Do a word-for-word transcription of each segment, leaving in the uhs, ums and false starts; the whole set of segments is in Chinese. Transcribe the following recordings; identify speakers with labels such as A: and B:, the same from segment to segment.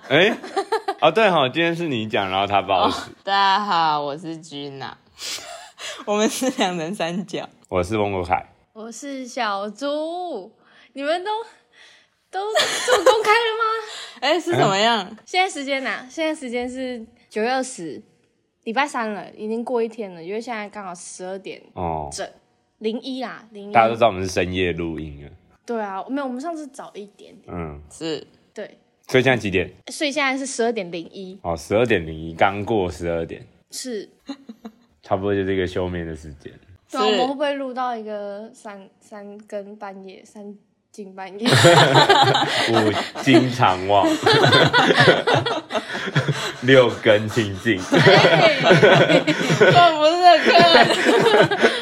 A: 哎、欸，哦对哈，今天是你讲，然后他不好意思、哦。
B: 大家好，我是君啊，我们是两人三角。
A: 我是翁国凯，
C: 我是小猪。你们都都这么公开了吗？
B: 哎、欸，是怎么样？
C: 嗯、现在时间哪？现在时间是九月二十，礼拜三了，已经过一天了，因为现在刚好十二点整，零一啦，零一。
A: 大家都知道我们是深夜录音了。
C: 对啊，没有，我们上次早一点点。
A: 嗯，
B: 是，
C: 对。
A: 所以现在几点？
C: 所以现在是十二点零一。
A: 哦，十二点零一，刚过十二点。
C: 是。
A: 差不多就是一个休眠的时间。
C: 对啊，我们会不会录到一个三三更半夜、三更半夜？
A: 五经常忘，六更清净。
B: 这不是更。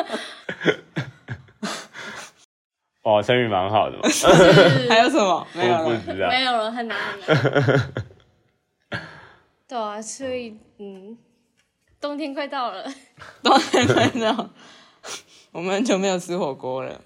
A: 哦，成语蛮好的嘛。
B: 还有什么？没有了，
A: 我不知道，
C: 没有了，很难很难。对啊，所以嗯，冬天快到了。
B: 冬天快到了，我们很久没有吃火锅了。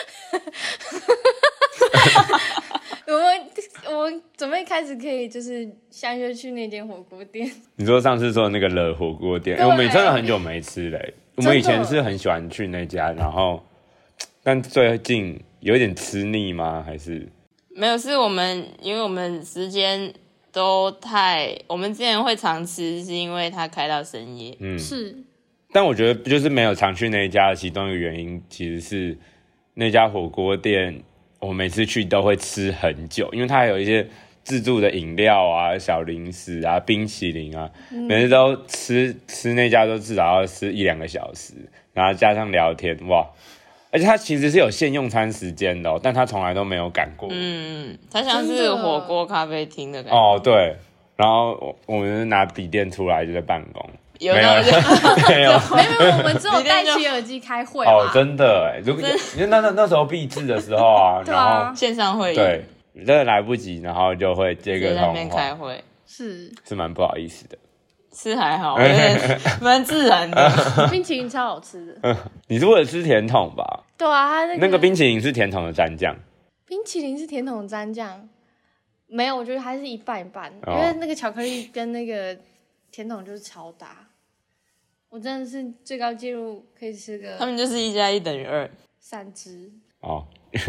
C: 我们我们准备开始可以就是相约去那间火锅店。
A: 你说上次说的那个热火锅店，欸、我们真的很久没吃了、欸。我们以前是很喜欢去那家，然后但最近有点吃腻吗？还是
B: 没有？是我们因为我们时间都太，我们之前会常吃，是因为它开到深夜。
C: 嗯，是。
A: 但我觉得就是没有常去那一家的其中一个原因，其实是那家火锅店，我每次去都会吃很久，因为它还有一些自助的饮料啊、小零食啊、冰淇淋啊，嗯、每次都吃吃那家都至少要吃一两个小时，然后加上聊天，哇！而且它其实是有限用餐时间的、哦，但它从来都没有赶过。
B: 嗯，它像是火锅咖啡厅的感觉。
A: 哦，对。然后我们拿笔电出来就在办公。
B: 有
A: 没有，没有，
C: 没有，我们只有戴起耳机开会。
A: 哦，真的哎，如果因为那那那时候闭制的时候啊，然后
B: 线上会议，
A: 对，真的来不及，然后就会接个通话，
B: 在那边开会，
C: 是
A: 是蛮不好意思的。
B: 是还好，有点蛮自然的。
C: 冰淇淋超好吃的。
A: 你是为了吃甜筒吧？
C: 对啊，它那个
A: 那个冰淇淋是甜筒的蘸酱。
C: 冰淇淋是甜筒蘸酱，没有，我觉得还是一半一半，哦、因为那个巧克力跟那个甜筒就是超搭。我真的是最高纪录可以吃个，
B: 他们就是一加一等于二，
C: 三只
A: 哦。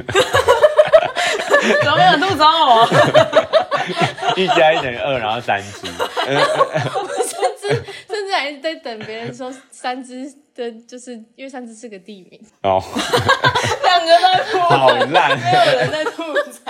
B: 怎么没有吐槽我？
A: 一加一等于二，然后三只。
C: 甚至甚至还在等别人说三只的，就是因为三只是个地名。
A: 哦，
B: 两个在吐，
A: 好烂，
B: 没有人在吐槽。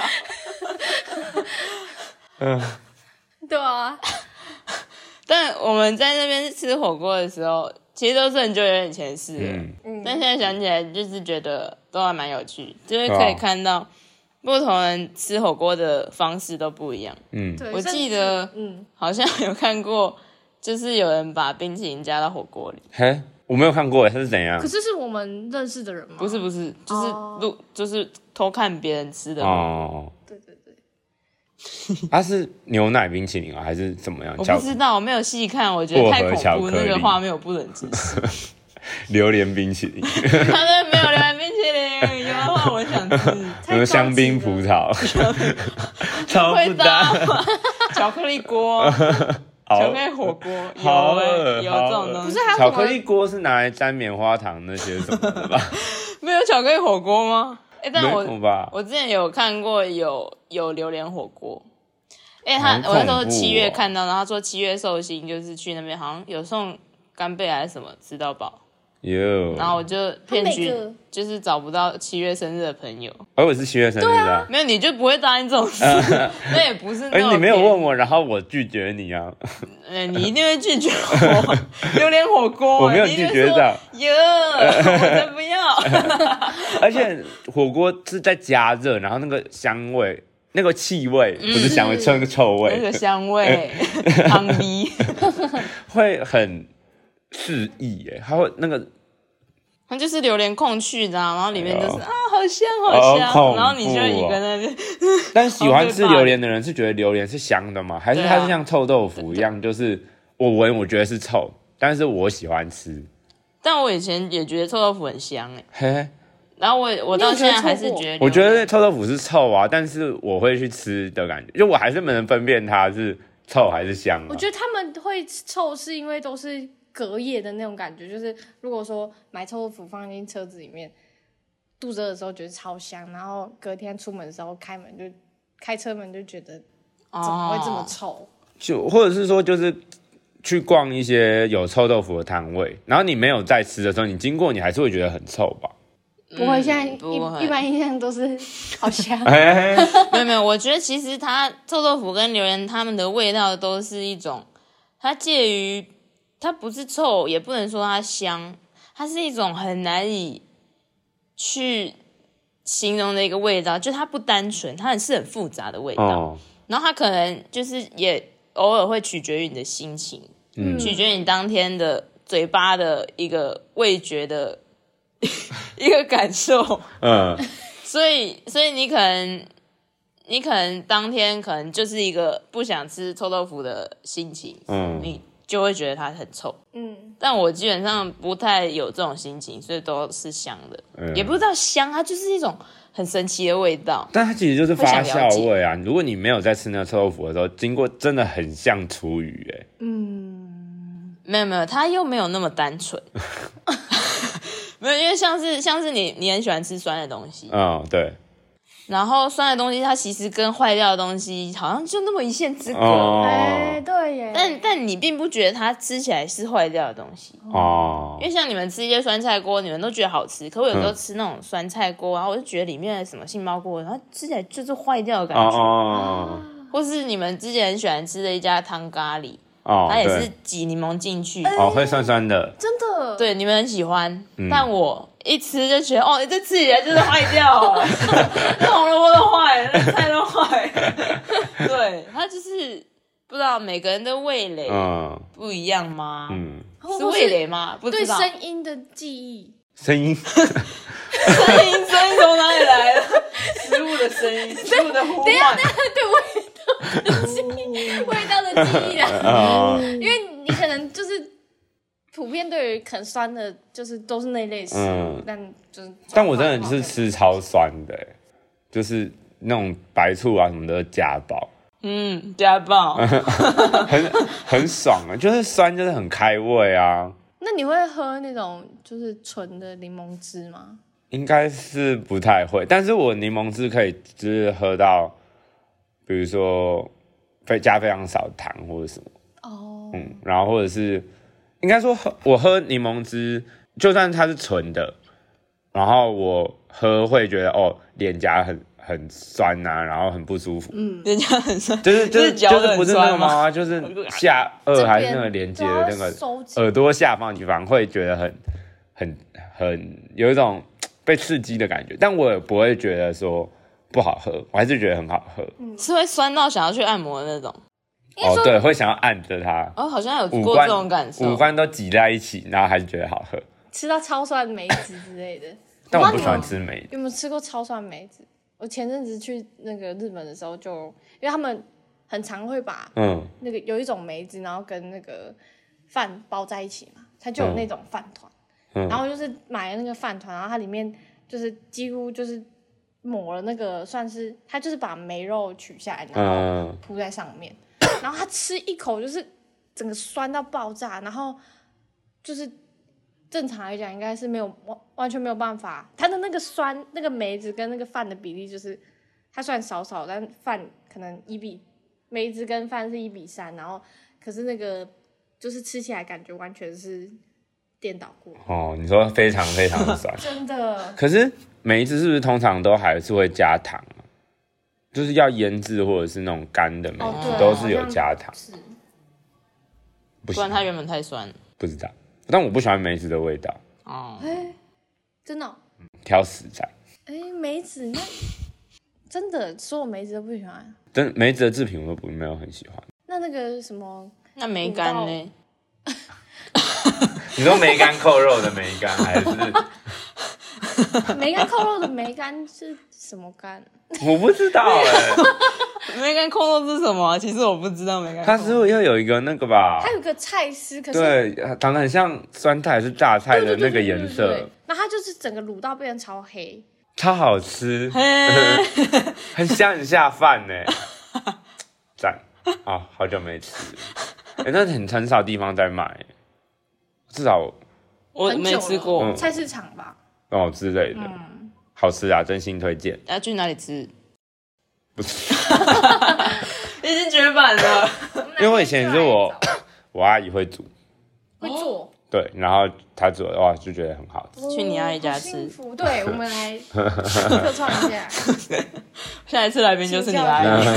C: 嗯，对啊。
B: 但我们在那边吃火锅的时候，其实都是很久远以前的事了。嗯，但现在想起来，就是觉得都还蛮有趣，就是可以看到不同人吃火锅的方式都不一样。嗯，我记得，嗯，好像有看过，就是有人把冰淇淋加到火锅里。
A: 嘿，我没有看过，他是怎样？
C: 可是是我们认识的人吗？
B: 不是，不是，就是录， oh. 就是偷看别人吃的。
A: 哦，
C: 对对对。
A: 它是牛奶冰淇淋啊，还是怎么样？
B: 我不知道，我没有细看，我觉得太恐怖，那个画面我不能直视。
A: 榴莲冰淇淋，
B: 他那没有榴莲冰淇淋，有的话我想吃。
A: 什么香槟葡萄，超不搭。
B: 巧克力锅，巧克力火锅，有欸有这种东西。
C: 不是还有
A: 巧克力锅是拿来沾棉花糖那些什么的吧？
B: 没有巧克力火锅吗？欸、但我
A: 吧
B: 我之前有看过有有榴莲火锅，哎、欸，他我那时候七月看到，然后他说七月寿星就是去那边好像有送干贝还是什么吃到饱，
A: 有，
B: 然后我就骗去，就是找不到七月生日的朋友，
A: 而、哦、我是七月生日啊，
B: 没有你就不会答应这种事，那也不是那，
A: 哎、欸，你没有问我，然后我拒绝你啊，
B: 欸、你一定会拒绝我，榴莲火锅，
A: 我没有拒绝到，
B: 哟，我才不要。
A: 而且火锅是在加热，然后那个香味、那个气味、嗯、不是香味，是那个臭味，
B: 那个香味，汤逼
A: 会很适意耶。它会那个，
B: 它就是榴莲控去的、啊，然后里面就是、哎、啊，好香好香，哦、然后你就一个在那边。
A: 但喜欢吃榴莲的人是觉得榴莲是香的吗？还是它是像臭豆腐一样，就是我闻我觉得是臭，但是我喜欢吃。
B: 但我以前也觉得臭豆腐很香哎、
A: 欸，
B: 然后我我到现在还是觉得，
A: 我觉得臭豆腐是臭啊，但是我会去吃的感觉，就我还是不能分辨它是臭还是香、啊。
C: 我觉得他们会臭是因为都是隔夜的那种感觉，就是如果说买臭豆腐放进车子里面，肚子饿的时候觉得超香，然后隔天出门的时候开门就开车门就觉得怎么会这么臭？哦、
A: 就或者是说就是去逛一些有臭豆腐的摊位，然后你没有在吃的时候，你经过你还是会觉得很臭吧？
C: 不会，现在一一般印象都是好香。
B: 没有没有，我觉得其实它臭豆腐跟榴莲它们的味道都是一种，它介于它不是臭，也不能说它香，它是一种很难以去形容的一个味道，就它不单纯，它很是很复杂的味道。哦、然后它可能就是也偶尔会取决于你的心情，嗯、取决于你当天的嘴巴的一个味觉的。一个感受，嗯，所以所以你可能你可能当天可能就是一个不想吃臭豆腐的心情，嗯，你就会觉得它很臭，嗯，但我基本上不太有这种心情，所以都是香的，嗯、也不知道香，它就是一种很神奇的味道，
A: 但它其实就是发酵味啊。如果你没有在吃那个臭豆腐的时候，经过真的很像厨余，哎，
B: 嗯，没有没有，它又没有那么单纯。没有，因为像是像是你你很喜欢吃酸的东西，
A: 嗯，对。
B: 然后酸的东西，它其实跟坏掉的东西好像就那么一线之隔，
C: 哎、哦，对耶。
B: 但但你并不觉得它吃起来是坏掉的东西哦，因为像你们吃一些酸菜锅，你们都觉得好吃，可我有时候吃那种酸菜锅，然后我就觉得里面的什么杏鲍菇，然后吃起来就是坏掉的感觉，哦，或是你们之前很喜欢吃的一家汤咖喱。哦，它也是挤柠檬进去，
A: 哦，会酸酸的，
C: 真的。
B: 对，你们很喜欢，嗯、但我一吃就觉得，哦，这吃起来就是坏掉了，那红萝卜都坏了，那菜都坏了。对，它就是不知道每个人的味蕾不一样吗？嗯，是味蕾吗？不知道。
C: 对声音的记忆，
A: 声音，
B: 声音，声音从哪里来的？食物的声音，食物的呼唤，
C: 对味道。味道的记忆啊，因为你可能就是普遍对于很酸的，就是都是那类食物，嗯、但就是，
A: 但我真的是吃超酸的，就是那种白醋啊什么的加爆，
B: 嗯，加爆，
A: 很很爽啊，就是酸就是很开胃啊。
C: 那你会喝那种就是纯的柠檬汁吗？
A: 应该是不太会，但是我柠檬汁可以就是喝到。比如说，加非常少糖或者什么，哦，嗯，然后或者是，应该说喝我喝柠檬汁，就算它是纯的，然后我喝会觉得哦，脸颊很很酸呐、啊，然后很不舒服，
B: 嗯，脸颊很酸，
A: 就是就是就是不是那个吗？就是下颚还是那个连接的那个耳朵下方地方，会觉得很很很有一种被刺激的感觉，但我也不会觉得说。不好喝，我还是觉得很好喝。
B: 嗯，是会酸到想要去按摩的那种。
A: 哦，对，会想要按着它。
B: 哦，好像有过这种感受。
A: 五官都挤在一起，然后还是觉得好喝。
C: 吃到超酸梅子之类的，
A: 但我不喜欢吃梅子。
C: 有没有吃过超酸梅子？我前阵子去那个日本的时候就，就因为他们很常会把嗯那个有一种梅子，然后跟那个饭包在一起嘛，它就有那种饭团。嗯、然后就是买了那个饭团，然后它里面就是几乎就是。抹了那个算是，他就是把梅肉取下来，然后铺在上面，嗯、然后他吃一口就是整个酸到爆炸，然后就是正常来讲应该是没有完完全没有办法，他的那个酸那个梅子跟那个饭的比例就是它算少少，但饭可能一比梅子跟饭是一比三，然后可是那个就是吃起来感觉完全是颠倒过。
A: 哦，你说非常非常的酸，
C: 真的。
A: 可是。梅子是不是通常都还是会加糖啊？就是要腌制或者是那种干的梅子、哦、都是有加糖，是，
B: 不然它原本太酸。
A: 不知道，但我不喜欢梅子的味道。
C: 哦，哎，真的、哦
A: 嗯？挑食仔。
C: 哎，梅子那真的所有梅子都不喜欢。
A: 真梅子的制品我都不没有很喜欢。
C: 那那个什么，
B: 那梅干呢？
A: 你说梅干扣肉的梅干还是？
C: 梅干扣肉的梅干是什么干？
A: 我不知道哎、
B: 欸。梅干扣肉是什么？其实我不知道梅干。
A: 它是不是要有一个那个吧？
C: 它有个菜丝，可是
A: 对，长得很像酸菜还是榨菜的那个颜色。
C: 那它就是整个卤到变成超黑，
A: 超好吃，很香很下饭呢，赞啊！好久没吃，哎、欸，那很很少地方在卖，至少
B: 我没吃过、
C: 嗯、菜市场吧，
A: 哦之类的，嗯、好吃啊，真心推荐。
B: 要去哪里吃？
A: 不是，
B: 已经绝版了。
A: 因为我以前是我我阿姨会煮，
C: 会做。
A: 对，然后她煮的哇，就觉得很好吃。
B: 去你阿姨家吃，
C: 对，我们来客串一下。
B: 下一次来宾就是你阿姨。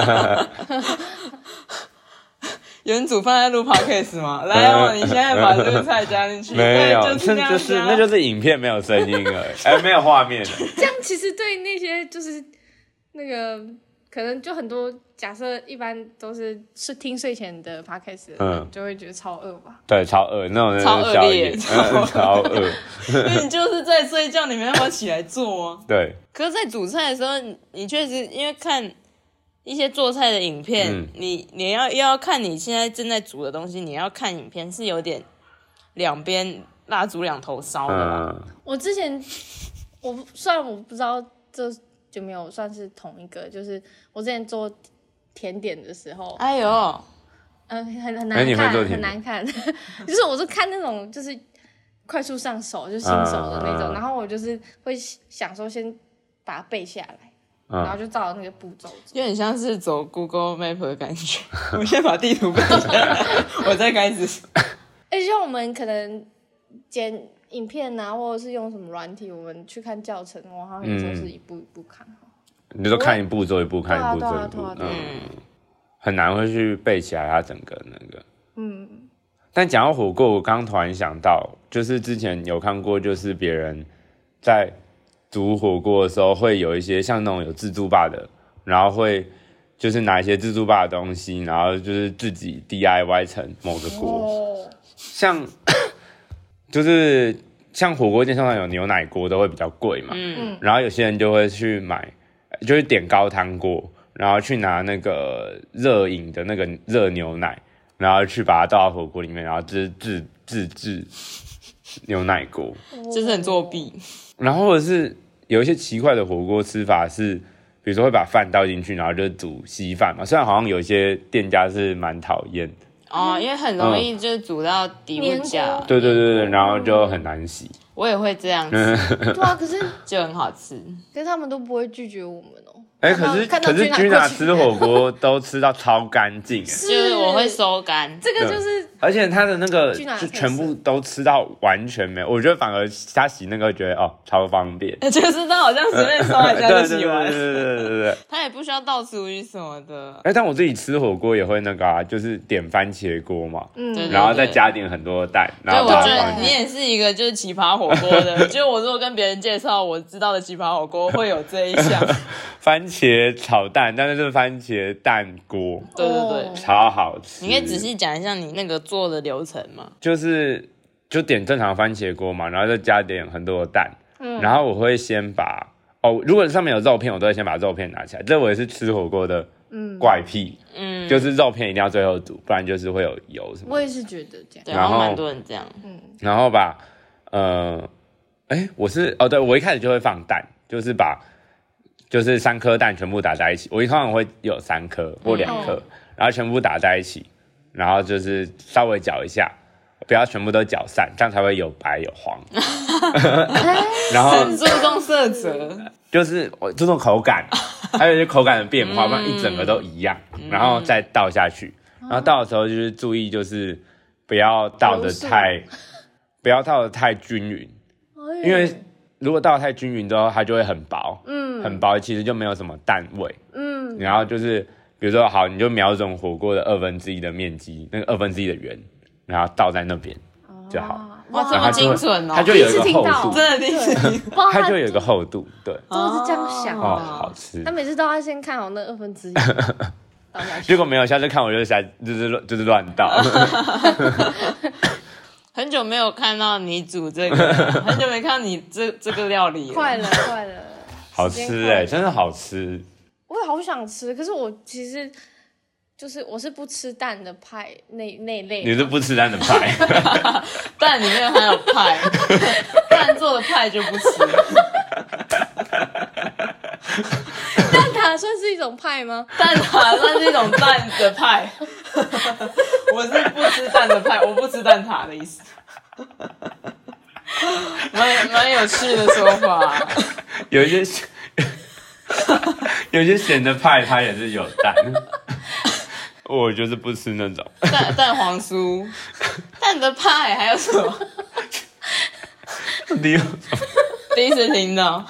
B: 有人煮饭在录 podcast 吗？来哦，你现在把这个菜加进去。
A: 没有，
B: 就是
A: 那就是那就是影片没有声音而已，哎，没有画面的。
C: 这样其实对那些就是那个。可能就很多假设一般都是是听睡前的 podcast 的人、嗯、就会觉得超饿吧？
A: 对，超饿那种
B: 超恶劣，
A: 超饿。
B: 因为你就是在睡觉，你没办法起来做啊。
A: 对。
B: 可是，在煮菜的时候，你确实因为看一些做菜的影片，嗯、你你要要看你现在正在煮的东西，你要看影片是有点两边蜡烛两头烧的啦、嗯。
C: 我之前我虽然我不知道这。就没有算是同一个，就是我之前做甜点的时候，
B: 哎呦，
C: 嗯、呃，很很难看，很难看，就是我是看那种就是快速上手，就新手的那种，嗯、然后我就是会想说先把它背下来，嗯、然后就照那个步骤，
B: 有点像是走 Google Map 的感觉。我先把地图背下来，我再开始。
C: 而且像我们可能剪。影片啊，或者是用什么软体，我们去看教程，我好像有时候是一步一步看。
A: 嗯、你就说看一步做一步，看一步做一步，嗯，很难会去背起来它整个那个。嗯。但讲到火锅，我刚突然想到，就是之前有看过，就是别人在煮火锅的时候，会有一些像那种有自助吧的，然后会就是拿一些自助吧的东西，然后就是自己 D I Y 成某个锅，哦、像。就是像火锅店上有牛奶锅都会比较贵嘛，嗯，然后有些人就会去买，就是点高汤锅，然后去拿那个热饮的那个热牛奶，然后去把它倒到火锅里面，然后自自自制牛奶锅，
B: 就是很作弊。
A: 然后或者是有一些奇怪的火锅吃法是，比如说会把饭倒进去，然后就煮稀饭嘛，虽然好像有一些店家是蛮讨厌的。
B: 哦，因为很容易就煮到底部架、
A: 嗯，对对对对，然后就很难洗。
B: 我也会这样子，
C: 对啊，可是
B: 就很好吃。
C: 可是他们都不会拒绝我们哦。
A: 哎、欸，可是可是君娜吃火锅都吃到超干净，
B: 就是我会收干，
C: 这个就是，
A: 而且他的那个就全部都吃到完全没有，我觉得反而他洗那个觉得哦超方便，
B: 就是他好像随便收一下就洗完，
A: 对对对对对，
B: 他也不需要倒厨余什么的。
A: 哎、欸，但我自己吃火锅也会那个啊，就是点番茄锅嘛，嗯，然后再加点很多蛋，然后
B: 我觉得你也是一个就是奇葩火锅的，就我如果跟别人介绍我知道的奇葩火锅会有这一项，
A: 番茄炒蛋，但是是番茄蛋锅，
B: 对对对，
A: 超好吃。
B: 你可以仔细讲一下你那个做的流程吗？
A: 就是就点正常番茄锅嘛，然后再加点很多的蛋，嗯，然后我会先把哦，如果上面有肉片，我都会先把肉片拿起来。这我也是吃火锅的怪癖，嗯，就是肉片一定要最后煮，不然就是会有油什么。
C: 我也是觉得这样，
B: 对，然后蛮多人这样，
C: 嗯，
A: 然后把呃，哎，我是哦，对我一开始就会放蛋，就是把。就是三颗蛋全部打在一起，我一通常会有三颗或两颗，嗯、然后全部打在一起，然后就是稍微搅一下，不要全部都搅散，这样才会有白有黄。然后
B: 很注重色泽，
A: 就是我注重口感，还有一些口感的变化，不然一整个都一样，嗯、然后再倒下去。然后倒的时候就是注意，就是不要倒的太，不要倒的太均匀，因为。如果倒得太均匀之后，它就会很薄，嗯，很薄，其实就没有什么蛋味，嗯。然后就是，比如说好，你就瞄准火锅的二分之一的面积，那个二分之一的圆，然后倒在那边就好。
B: 哇，这么精准哦！
A: 它就有一个厚度，
B: 真的第一次听到，
A: 它就有一个厚度，对，
C: 都是这样想
A: 哦，好吃。
C: 他每次都要先看好那二分之一，
A: 结果没有，下次看我就瞎，就是就是乱倒。
B: 很久没有看到你煮这个，很久没看到你这这个料理了，
C: 快了快了，
A: 好吃哎、欸，真的好吃。
C: 我也好想吃，可是我其实就是我是不吃蛋的派那那类。
A: 你是不吃蛋的派？
B: 蛋里面还有派，蛋做的派派就不吃。
C: 蛋挞算是一种派吗？
B: 蛋挞算是一种蛋的派。我是不吃蛋的派，我不吃蛋挞的意思。蛮蛮有趣的说法。
A: 有一些有一些咸的派，它也是有蛋。我就是不吃那种
B: 蛋蛋黄酥、蛋的派，还有什么？
A: 第一
B: 第一次听到。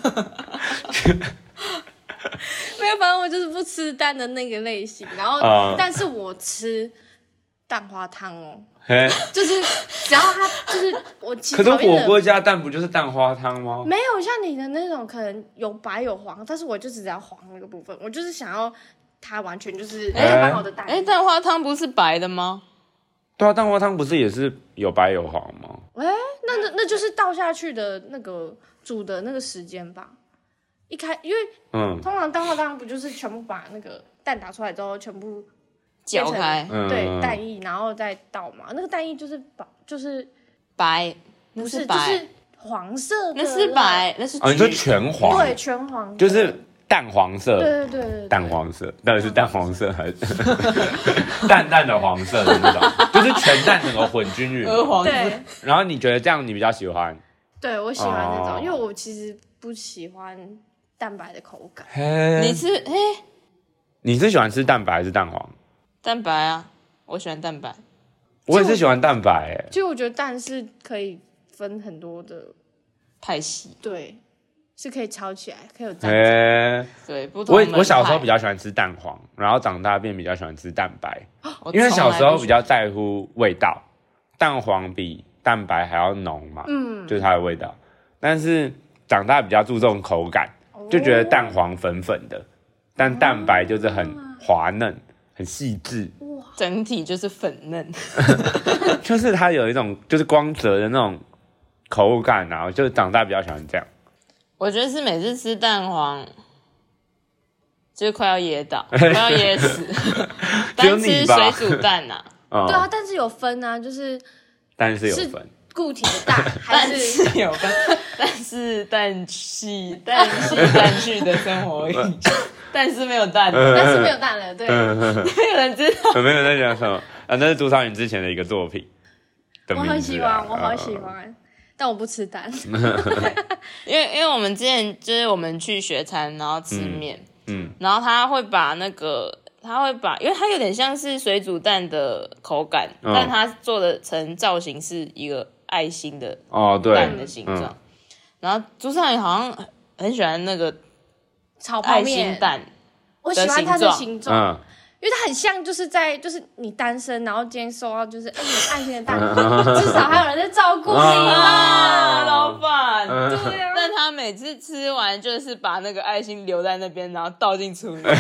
C: 没有，反正我就是不吃蛋的那个类型。然后，嗯、但是我吃蛋花汤哦，就是只要它就是我其实。
A: 可是火锅加蛋不就是蛋花汤吗？
C: 没有像你的那种可能有白有黄，但是我就只要黄那个部分，我就是想要它完全就是刚好的蛋。
B: 哎、欸，蛋花汤不是白的吗？
A: 对啊，蛋花汤不是也是有白有黄吗？
C: 哎、欸，那那那就是倒下去的那个煮的那个时间吧。一开，因为嗯，通常蛋花汤不就是全部把那个蛋打出来之后全部
B: 搅开，
C: 对，蛋液，然后再倒嘛。那个蛋液就是白，就是
B: 白，
C: 不是，
B: 白
C: 就是黄色的，
B: 那是白，那是
A: 哦，你说全黄，
C: 对，全黄，
A: 就是淡黄色，
C: 对对 对, 對, 對，
A: 淡黄色，到底是淡黄色还是淡淡的黄色的那种？就是全蛋整个混均匀，
B: 鹅黄色。
A: 然后你觉得这样你比较喜欢？
C: 对，我喜欢这种，哦、因为我其实不喜欢蛋白的口感。
B: 你是哎，
A: 你是喜欢吃蛋白还是蛋黄？
B: 蛋白啊，我喜欢蛋白。
A: 我也是喜欢蛋白哎。
C: 其实我觉得蛋是可以分很多的
B: 派系，
C: 对，是可以炒起来，可以有蛋白。
B: 对，不同
A: 我我小时候比较喜欢吃蛋黄，然后长大变比较喜欢吃蛋白，因为小时候比较在乎味道，蛋黄比蛋白还要浓嘛，嗯，就是它的味道。但是长大比较注重口感，就觉得蛋黄粉粉的，但蛋白就是很滑嫩、很细致，
B: 整体就是粉嫩，
A: 就是它有一种就是光泽的那种口感啊，就长大比较喜欢这样。
B: 我觉得是每次吃蛋黄，就是快要噎倒，快要噎死。单吃水煮蛋呐、
C: 啊嗯，对啊，但是有分啊，就是
A: 但是有分。
C: 固体的蛋还是
B: 有分，但是蛋系蛋系蛋去的生活里，但是没有蛋，
C: 但是没有蛋了，对，
B: 没有人知道，
A: 没有人在讲什么啊？那是朱超云之前的一个作品的名字、啊，
C: 我好喜欢，我好喜欢，呃、但我不吃蛋，
B: 因为因为我们之前就是我们去学餐，然后吃面，嗯，嗯然后他会把那个。他会把，因为它有点像是水煮蛋的口感，嗯、但它做的成造型是一个爱心的蛋的形状、哦嗯。然后朱少云好像很喜欢那个
C: 炒泡面
B: 蛋，
C: 我喜欢它的形状，嗯、因为它很像就是在就是你单身，然后今天收到就是哎你爱心的蛋，至少还有人在照顾你嘛，
B: 老板。
C: 对啊。
B: 但他每次吃完就是把那个爱心留在那边，然后倒进厨余。我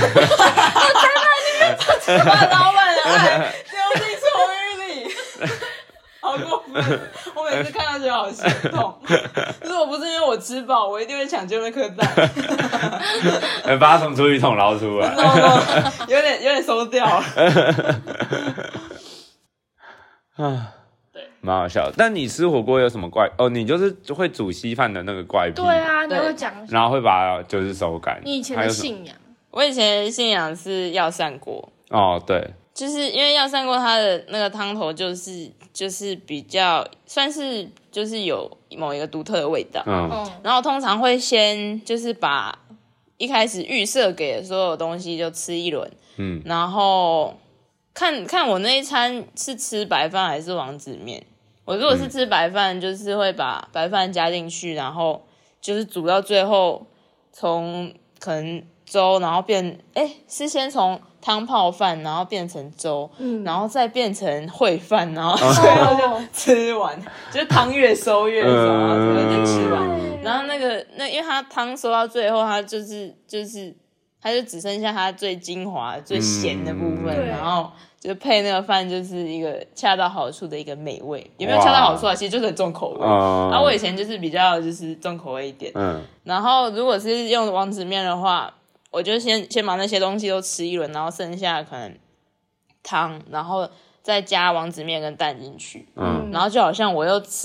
B: 才把你们把老板的爱丢进厨余里，好过分！我每次看到觉得好心痛。如果不是因为我吃饱，我一定会抢救那颗蛋，
A: 把它从厨余桶捞出来。
B: 有点有点收掉了。
A: 啊。蛮好笑的，但你吃火锅有什么怪哦？你就是会煮稀饭的那个怪癖。
C: 对啊，你会讲。
A: 然后会把就是手感。
C: 你以前的信仰？
B: 我以前的信仰是药膳锅。
A: 哦，对。
B: 就是因为药膳锅它的那个汤头就是就是比较算是就是有某一个独特的味道。嗯。然后通常会先就是把一开始预设给的所有东西就吃一轮。嗯。然后看看我那一餐是吃白饭还是王子面。我如果是吃白饭，就是会把白饭加进去，然后就是煮到最后，从可能粥，然后变，哎，是先从汤泡饭，然后变成粥，嗯，然后再变成烩饭，然后最后就吃完，就是汤越收越少，然后最后就吃完。然后那个那因为它汤收到最后，它就是就是它就只剩下它最精华、最咸的部分，嗯、然后。就配那个饭就是一个恰到好处的一个美味，有没有恰到好处啊？其实就是很重口味。嗯、然后我以前就是比较就是重口味一点。嗯。然后如果是用王子面的话，我就先先把那些东西都吃一轮，然后剩下可能汤，然后再加王子面跟蛋进去。嗯。然后就好像我又吃，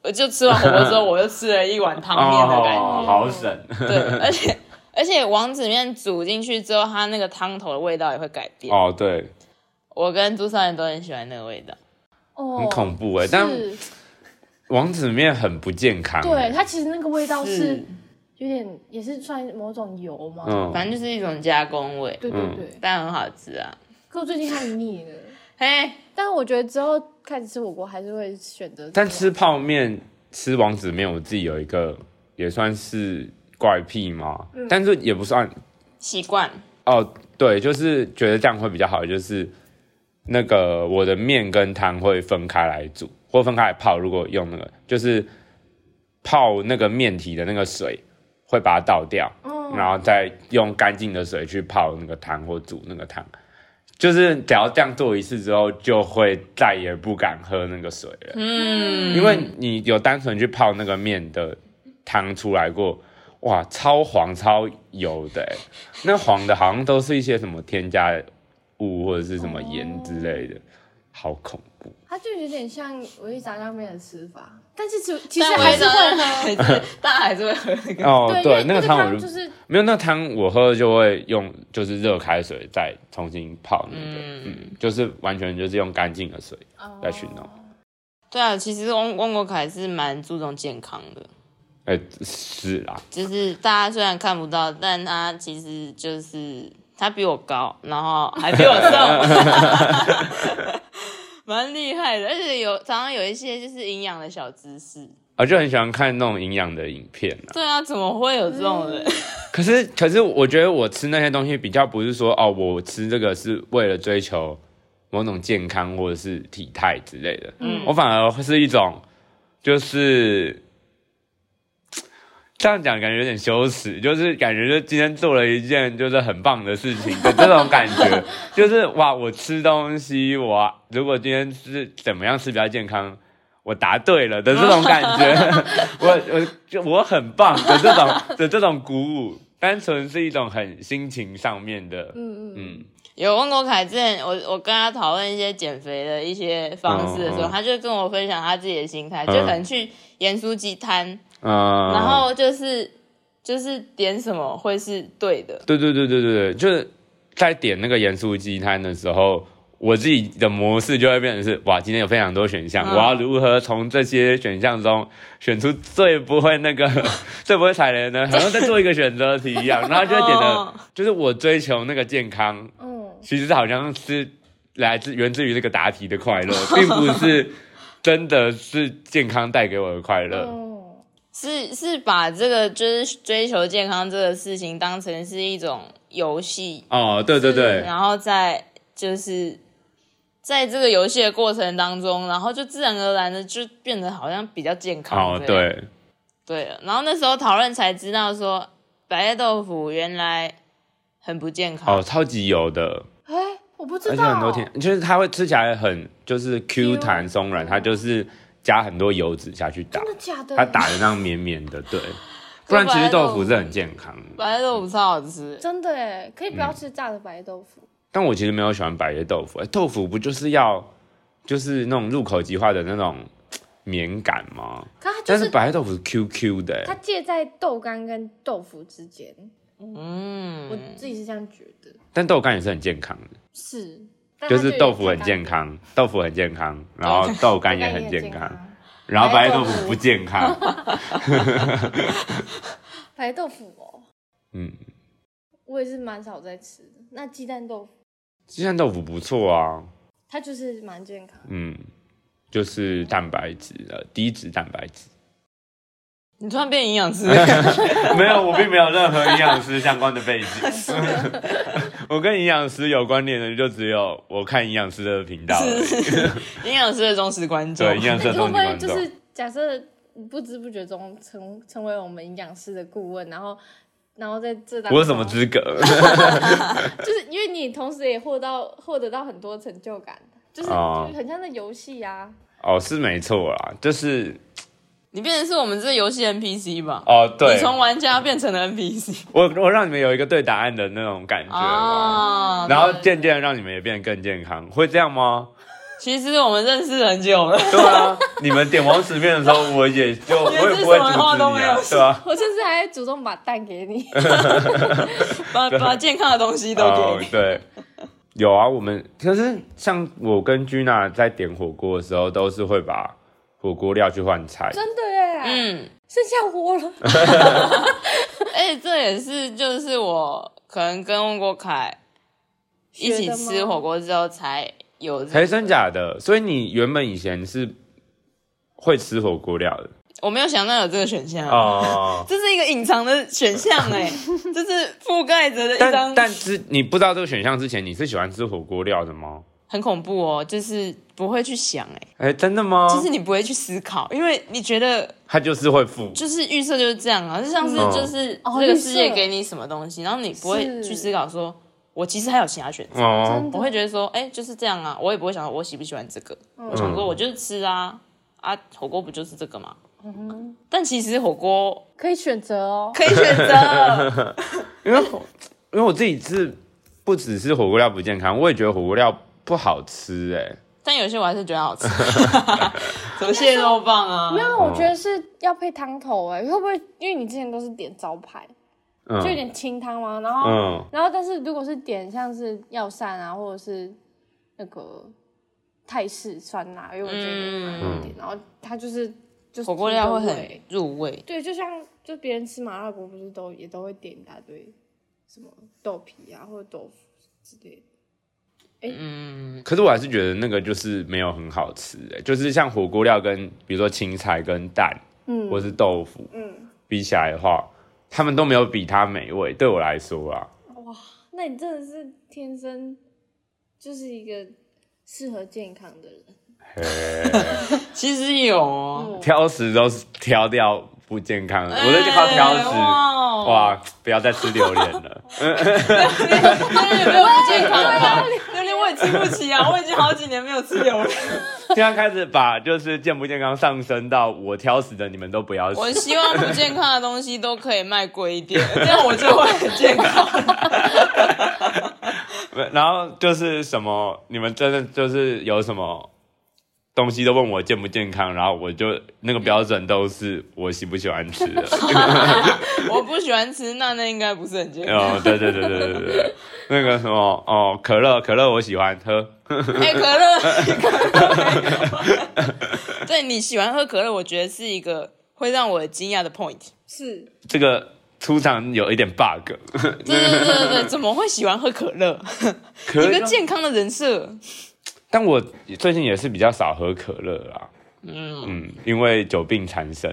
B: 我就吃完火锅之后，我又吃了一碗汤面的感觉，
A: 哦、好省。
B: 对，而且而且王子面煮进去之后，它那个汤头的味道也会改变。
A: 哦，对，
B: 我跟朱少爷都很喜欢那个味道。
C: 哦，
A: 很恐怖哎、欸，但王子面很不健康、欸。
C: 对，它其实那个味道是有点，也是算某种油嘛，
B: 嗯，反正就是一种加工味。
C: 对对对，嗯、
B: 但很好吃啊。
C: 可我最近开始腻了，
B: 嘿，
C: 但我觉得之后开始吃火锅还是会选择。
A: 但吃泡面、吃王子面，我自己有一个也算是怪癖嘛，嗯、但是也不算
B: 习惯。
A: 哦，对，就是觉得这样会比较好，就是那个我的面跟汤会分开来煮，或分开来泡。如果用那个，就是泡那个面体的那个水，会把它倒掉，嗯、然后再用干净的水去泡那个汤或煮那个汤。就是只要这样做一次之后，就会再也不敢喝那个水了。嗯，因为你有单纯去泡那个面的汤出来过，哇，超黄超油的，那黄的好像都是一些什么添加物或者是什么盐之类的，哦、好恐怖。
C: 它就有点像维力炸酱面的吃法，但是其实还是会
B: 喝，大家还是会喝那个。
A: 哦，对，对那个汤我就、
C: 就是、
A: 没有，那汤我喝就会用就是热开水再重新泡那个，嗯，嗯就是完全就是用干净的水再去弄。哦、
B: 对啊，其实汪汪国凯是蛮注重健康的。
A: 哎、欸，是啦，
B: 就是大家虽然看不到，但他其实就是他比我高，然后还比我瘦。蛮厉害的，而且有常常有一些就是营养的小知识，
A: 我就很喜欢看那种营养的影片啊。
B: 对啊，怎么会有这种人？
A: 可是，可是我觉得我吃那些东西比较不是说哦，我吃这个是为了追求某种健康或者是体态之类的。嗯，我反而是一种就是这样讲，感觉有点羞耻，就是感觉就今天做了一件就是很棒的事情的这种感觉，就是哇，我吃东西，我如果今天是怎么样吃比较健康，我答对了的这种感觉，我我就我很棒的这种的这种鼓舞，单纯是一种很心情上面的，嗯嗯。
B: 有汪国凯之前，我我跟他讨论一些减肥的一些方式的时候，嗯嗯、他就跟我分享他自己的心态，嗯、就可能去盐酥鸡摊。嗯，然后就是就是点什么会是对的，
A: 对对对对对对，就是在点那个盐酥鸡摊的时候，我自己的模式就会变成是哇，今天有非常多选项，嗯、我要如何从这些选项中选出最不会那个最不会踩雷的呢？好像在做一个选择题一样，然后就会点的，哦、就是我追求那个健康，嗯，其实好像是来自源自于这个答题的快乐，并不是真的是健康带给我的快乐。嗯
B: 是是把这个就是追求健康这个事情当成是一种游戏
A: 哦，对对对，
B: 然后在就是在这个游戏的过程当中，然后就自然而然的就变得好像比较健康
A: 哦，对
B: 对，然后那时候讨论才知道说百叶豆腐原来很不健康
A: 哦，超级油的，
C: 哎，我不知道，
A: 而且很多甜，就是它会吃起来很就是 Q 弹松软，它就是加很多油脂下去打，
C: 真的假的？
A: 它打的那样绵绵的，对。不然其实豆腐是很健康的，
B: 百叶豆腐超好吃，
C: 真的耶，可以不要吃炸的百叶豆腐。嗯、
A: 但我其实没有喜欢百叶豆腐，豆腐不就是要就是那种入口即化的那种绵感吗？
C: 可它就是、
A: 但是百叶豆腐是 Q Q 的，
C: 它介在豆干跟豆腐之间。嗯，我自己是这样觉得。
A: 但豆干也是很健康的，
C: 是，
A: 就是豆腐很健康，豆腐很健康，然后豆干也很健康。然后白叶豆腐不健康，
C: 白豆腐哦，嗯，我也是蛮少在吃的。那鸡蛋豆腐，
A: 鸡蛋豆腐不错啊，
C: 它就是蛮健康，
A: 嗯，就是蛋白质呃低脂蛋白质。
B: 你突然变营养师？
A: 没有，我并没有任何营养师相关的背景。我跟营养师有关联的就只有我看营养师的频道而已。
B: 营养师的忠实观众，
A: 对，营养师的忠实观众。
C: 会不会就是假设不知不觉中成成为我们营养师的顾问，然后然后在这当中，
A: 我有什么资格？
C: 就是因为你同时也获到获得到很多成就感，就是、哦、就是很像那游戏啊。
A: 哦，是没错啦，就是。
B: 你变成是我们这游戏 N P C 吧？
A: 哦，对，
B: 你从玩家变成了 N P C。
A: 我我让你们有一个对答案的那种感觉，哦、然后渐渐让你们也变得更健康，会这样吗？
B: 其实我们认识很久了。
A: 对啊，你们点王子面的时候，我也就我也不会阻止你啊，对吧？
C: 我甚至还主动把蛋给你，
B: 把把健康的东西都给你。
A: 哦、对，有啊，我们可是像我跟 Gina 在点火锅的时候，都是会把火锅料去换菜。
C: 真的耶，嗯，剩下我了。
B: 而且这也是就是我可能跟郭凯一起吃火锅之后才有、這個。
A: 才真假的？所以你原本以前是会吃火锅料的？
B: 我没有想到有这个选项哦，这是一个隐藏的选项哎，这是覆盖着的一张。
A: 但但是你不知道这个选项之前，你是喜欢吃火锅料的吗？
B: 很恐怖哦，就是不会去想哎，
A: 哎、欸，真的吗？
B: 就是你不会去思考，因为你觉得
A: 它就是会附，
B: 就是预设就是这样啊，就像是就是这个世界给你什么东西，然后你不会去思考说，我其实还有其他选择，哦、我会觉得说，哎、欸，就是这样啊，我也不会想说我喜不喜欢这个，嗯、我想说我就是吃啊啊，火锅不就是这个吗？嗯、但其实火锅
C: 可以选择哦，
B: 可以选择，
A: 因为因为我自己是不只是火锅料不健康，我也觉得火锅料不好吃哎、欸，
B: 但有些我还是觉得好吃，什么蟹肉棒啊？
C: 没有，我觉得是要配汤头哎、欸，会不会因为你之前都是点招牌，嗯、就有点清汤嘛，然后、嗯、然后但是如果是点像是药膳啊，或者是那个泰式酸辣，因为我觉得蛮有点，然后它就是就是
B: 火锅料会很入味，
C: 对，就像就别人吃麻辣锅不是都也都会点一大堆什么豆皮啊或者豆腐之类的。
A: 欸、嗯，可是我还是觉得那个就是没有很好吃、欸，就是像火锅料跟比如说青菜跟蛋，嗯，或是豆腐，嗯，比起来的话，他们都没有比它美味。对我来说啊，
C: 哇，那你真的是天生就是一个适合健康的人。
B: 其实有哦，
A: 挑食都是挑掉不健康的，欸、我在靠挑食。哇！不要再吃榴莲了。
B: 榴莲没有不健康啊，榴莲我也吃不起啊，我已经好几年没有吃榴莲。
A: 现在开始把就是健不健康上升到我挑食的，你们都不要吃。
B: 我希望不健康的东西都可以卖贵一点，这样我就会很健康。
A: 然后就是什么，你们真的就是有什么东西都问我健不健康，然后我就那个标准都是我喜不喜欢吃的。
B: 我不喜欢吃，那那应该不是很健康。
A: 哦，对对对对对对，那个什么哦，可乐可乐我喜欢喝。
B: 哎、欸，可乐，可乐对，你喜欢喝可乐，我觉得是一个会让我惊讶的 point。
C: 是
A: 这个出场有一点 bug。
B: 对对对对对，怎么会喜欢喝可乐？可一个健康的人设。
A: 但我最近也是比较少喝可乐啦，嗯嗯，因为久病缠身。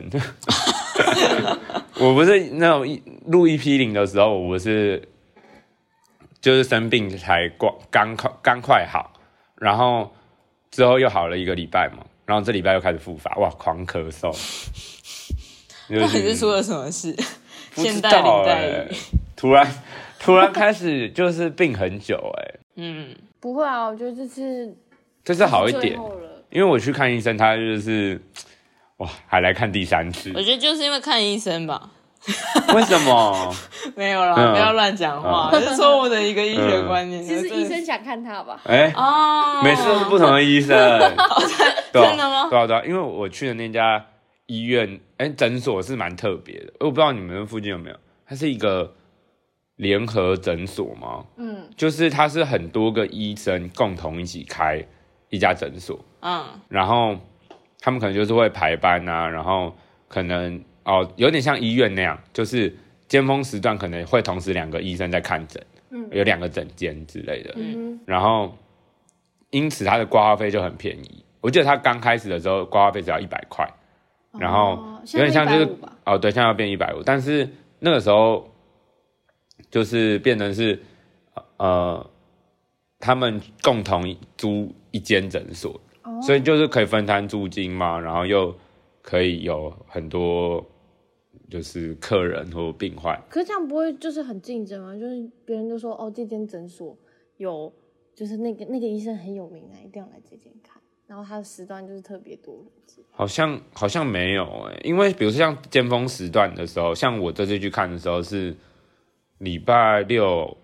A: 我不是那种录一批零的时候，我不是就是生病才刚刚快好，然后之后又好了一个礼拜嘛，然后这礼拜又开始复发，哇，狂咳嗽。
B: 到底是出了什么事？现代林黛玉
A: 突然突然开始就是病很久哎、欸，嗯，
C: 不会啊，我觉得这次。
A: 这次好一点，因为我去看医生，他就是哇，还来看第三次。
B: 我觉得就是因为看医生吧。
A: 为什么？
B: 没有啦，嗯、不要乱讲话，这、嗯、是错误的一个医学观念。
C: 其实医生想看他吧？
A: 哎、欸，哦，每次都是不同的医生。
B: 真的吗？
A: 对啊对啊，因为我去的那家医院，哎、欸，诊所是蛮特别的，我不知道你们附近有没有，它是一个联合诊所吗？嗯，就是它是很多个医生共同一起开一家诊所，嗯，然后他们可能就是会排班啊，然后可能哦，有点像医院那样，就是尖峰时段可能会同时两个医生在看诊，嗯，有两个诊间之类的，嗯，然后因此他的挂号费就很便宜。我记得他刚开始的时候挂号费只要一百块，然后有点像就是哦，对，现在要变一百五，但是那个时候就是变成是呃。他们共同租一间诊所，哦，所以就是可以分摊租金嘛，然后又可以有很多就是客人或病患。
C: 可是这样不会就是很竞争吗？就是别人都说哦，这间诊所有就是那个那个医生很有名啊，一定要来这间看，然后他的时段就是特别多人。
A: 好像好像没有哎、欸，因为比如说像尖峰时段的时候，像我这次去看的时候是礼拜六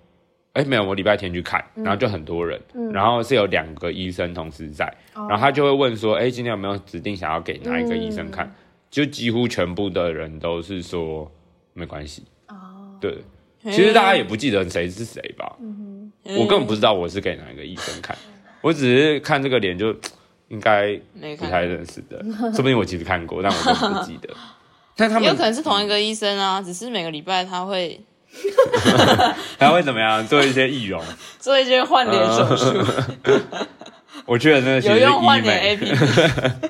A: 哎，没有，我礼拜天去看，然后就很多人，嗯、然后是有两个医生同时在，嗯、然后他就会问说，哎，今天有没有指定想要给哪一个医生看？嗯、就几乎全部的人都是说没关系。哦，对，其实大家也不记得谁是谁吧？嗯、我根本不知道我是给哪一个医生看，我只是看这个脸就应该不太认识的，说不定我其实看过，但我根本不记得。但他们
B: 有可能是同一个医生啊，只是每个礼拜他会。
A: 他会怎么样？做一些易容，
B: 做一些换脸手术。
A: 我觉得那个
B: 有用换脸 A P P，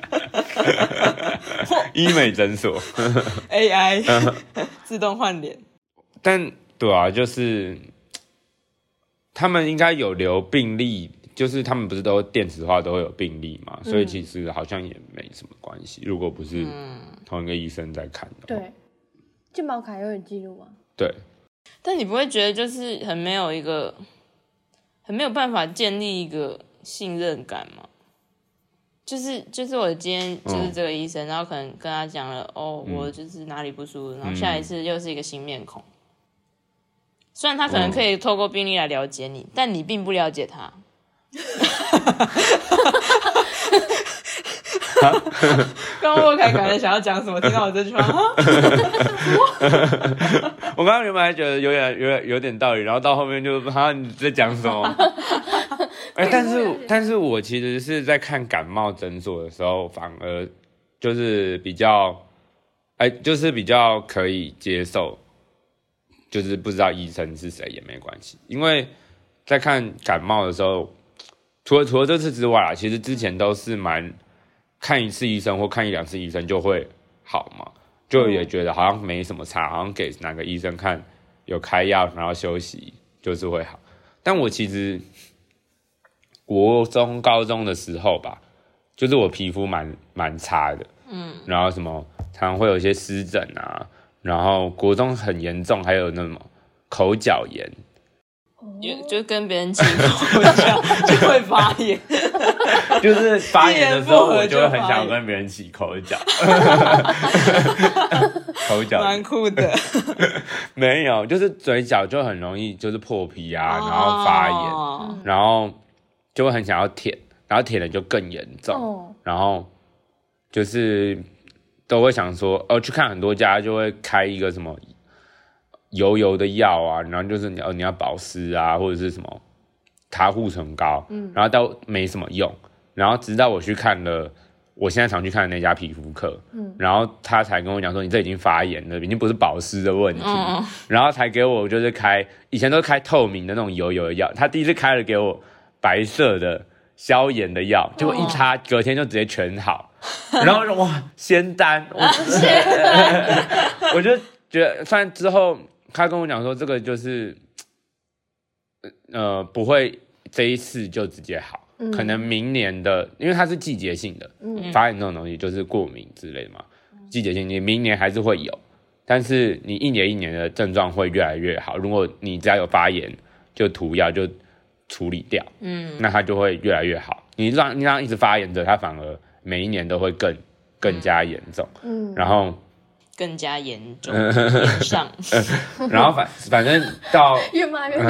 A: 医美诊所
B: A I 自动换脸。
A: 但对啊，就是他们应该有留病历，就是他们不是都电子化都会有病历嘛，嗯、所以其实好像也没什么关系。如果不是同一个医生在看的话，
C: 对，健保卡有有记录吗？
A: 对。
B: 但你不会觉得就是很没有一个，很没有办法建立一个信任感吗？就是就是我今天就是这个医生，嗯、然后可能跟他讲了，哦，我就是哪里不舒服，嗯、然后下一次又是一个新面孔。虽然他可能可以透过病历来了解你，嗯、但你并不了解他。刚刚我凯可能想要讲什么，听到我这句话，
A: 我刚刚原本还觉得有点有点有点道理，然后到后面就哈你在讲什么？哎、欸，但是但是我其实是在看感冒诊所的时候，反而就是比较，哎、欸，就是比较可以接受，就是不知道医生是谁也没关系，因为在看感冒的时候，除了除了这次之外啦，其实之前都是蛮。看一次医生或看一两次医生就会好嘛，就也觉得好像没什么差，好像给哪个医生看有开药，然后休息就是会好。但我其实国中、高中的时候吧，就是我皮肤蛮蛮差的，嗯，然后什么常常会有一些湿疹啊，然后国中很严重，还有那种口角炎。
B: 就跟别人起口角就会发炎，
A: 就是发炎的时候，我就会很想跟别人起口角。口角
B: 蛮酷的，
A: 没有，就是嘴角就很容易就是破皮啊，然后发炎，哦、然后就会很想要舔，然后舔了就更严重，哦、然后就是都会想说，哦，去看很多家就会开一个什么。油油的药啊，然后就是你要你要保湿啊，或者是什么擦护唇膏，嗯，然后都没什么用，然后直到我去看了，我现在常去看的那家皮肤科，嗯，然后他才跟我讲说，你这已经发炎了，已经不是保湿的问题，嗯、然后才给我就是开，以前都是开透明的那种油油的药，他第一次开了给我白色的消炎的药，结果一擦隔天就直接全好，然后哇仙丹，我, 我就觉得虽然之后。他跟我讲说，这个就是，呃，不会这一次就直接好，嗯、可能明年的，因为它是季节性的，嗯、发炎这种东西就是过敏之类的嘛，嗯、季节性，你明年还是会有，但是你一年一年的症状会越来越好。如果你只要有发炎，就涂药就处理掉，嗯，那它就会越来越好。你让你让一直发炎的，它反而每一年都会更更加严重，嗯，然后。
B: 更加严重，严上，
A: 然后反反正到
C: 越骂越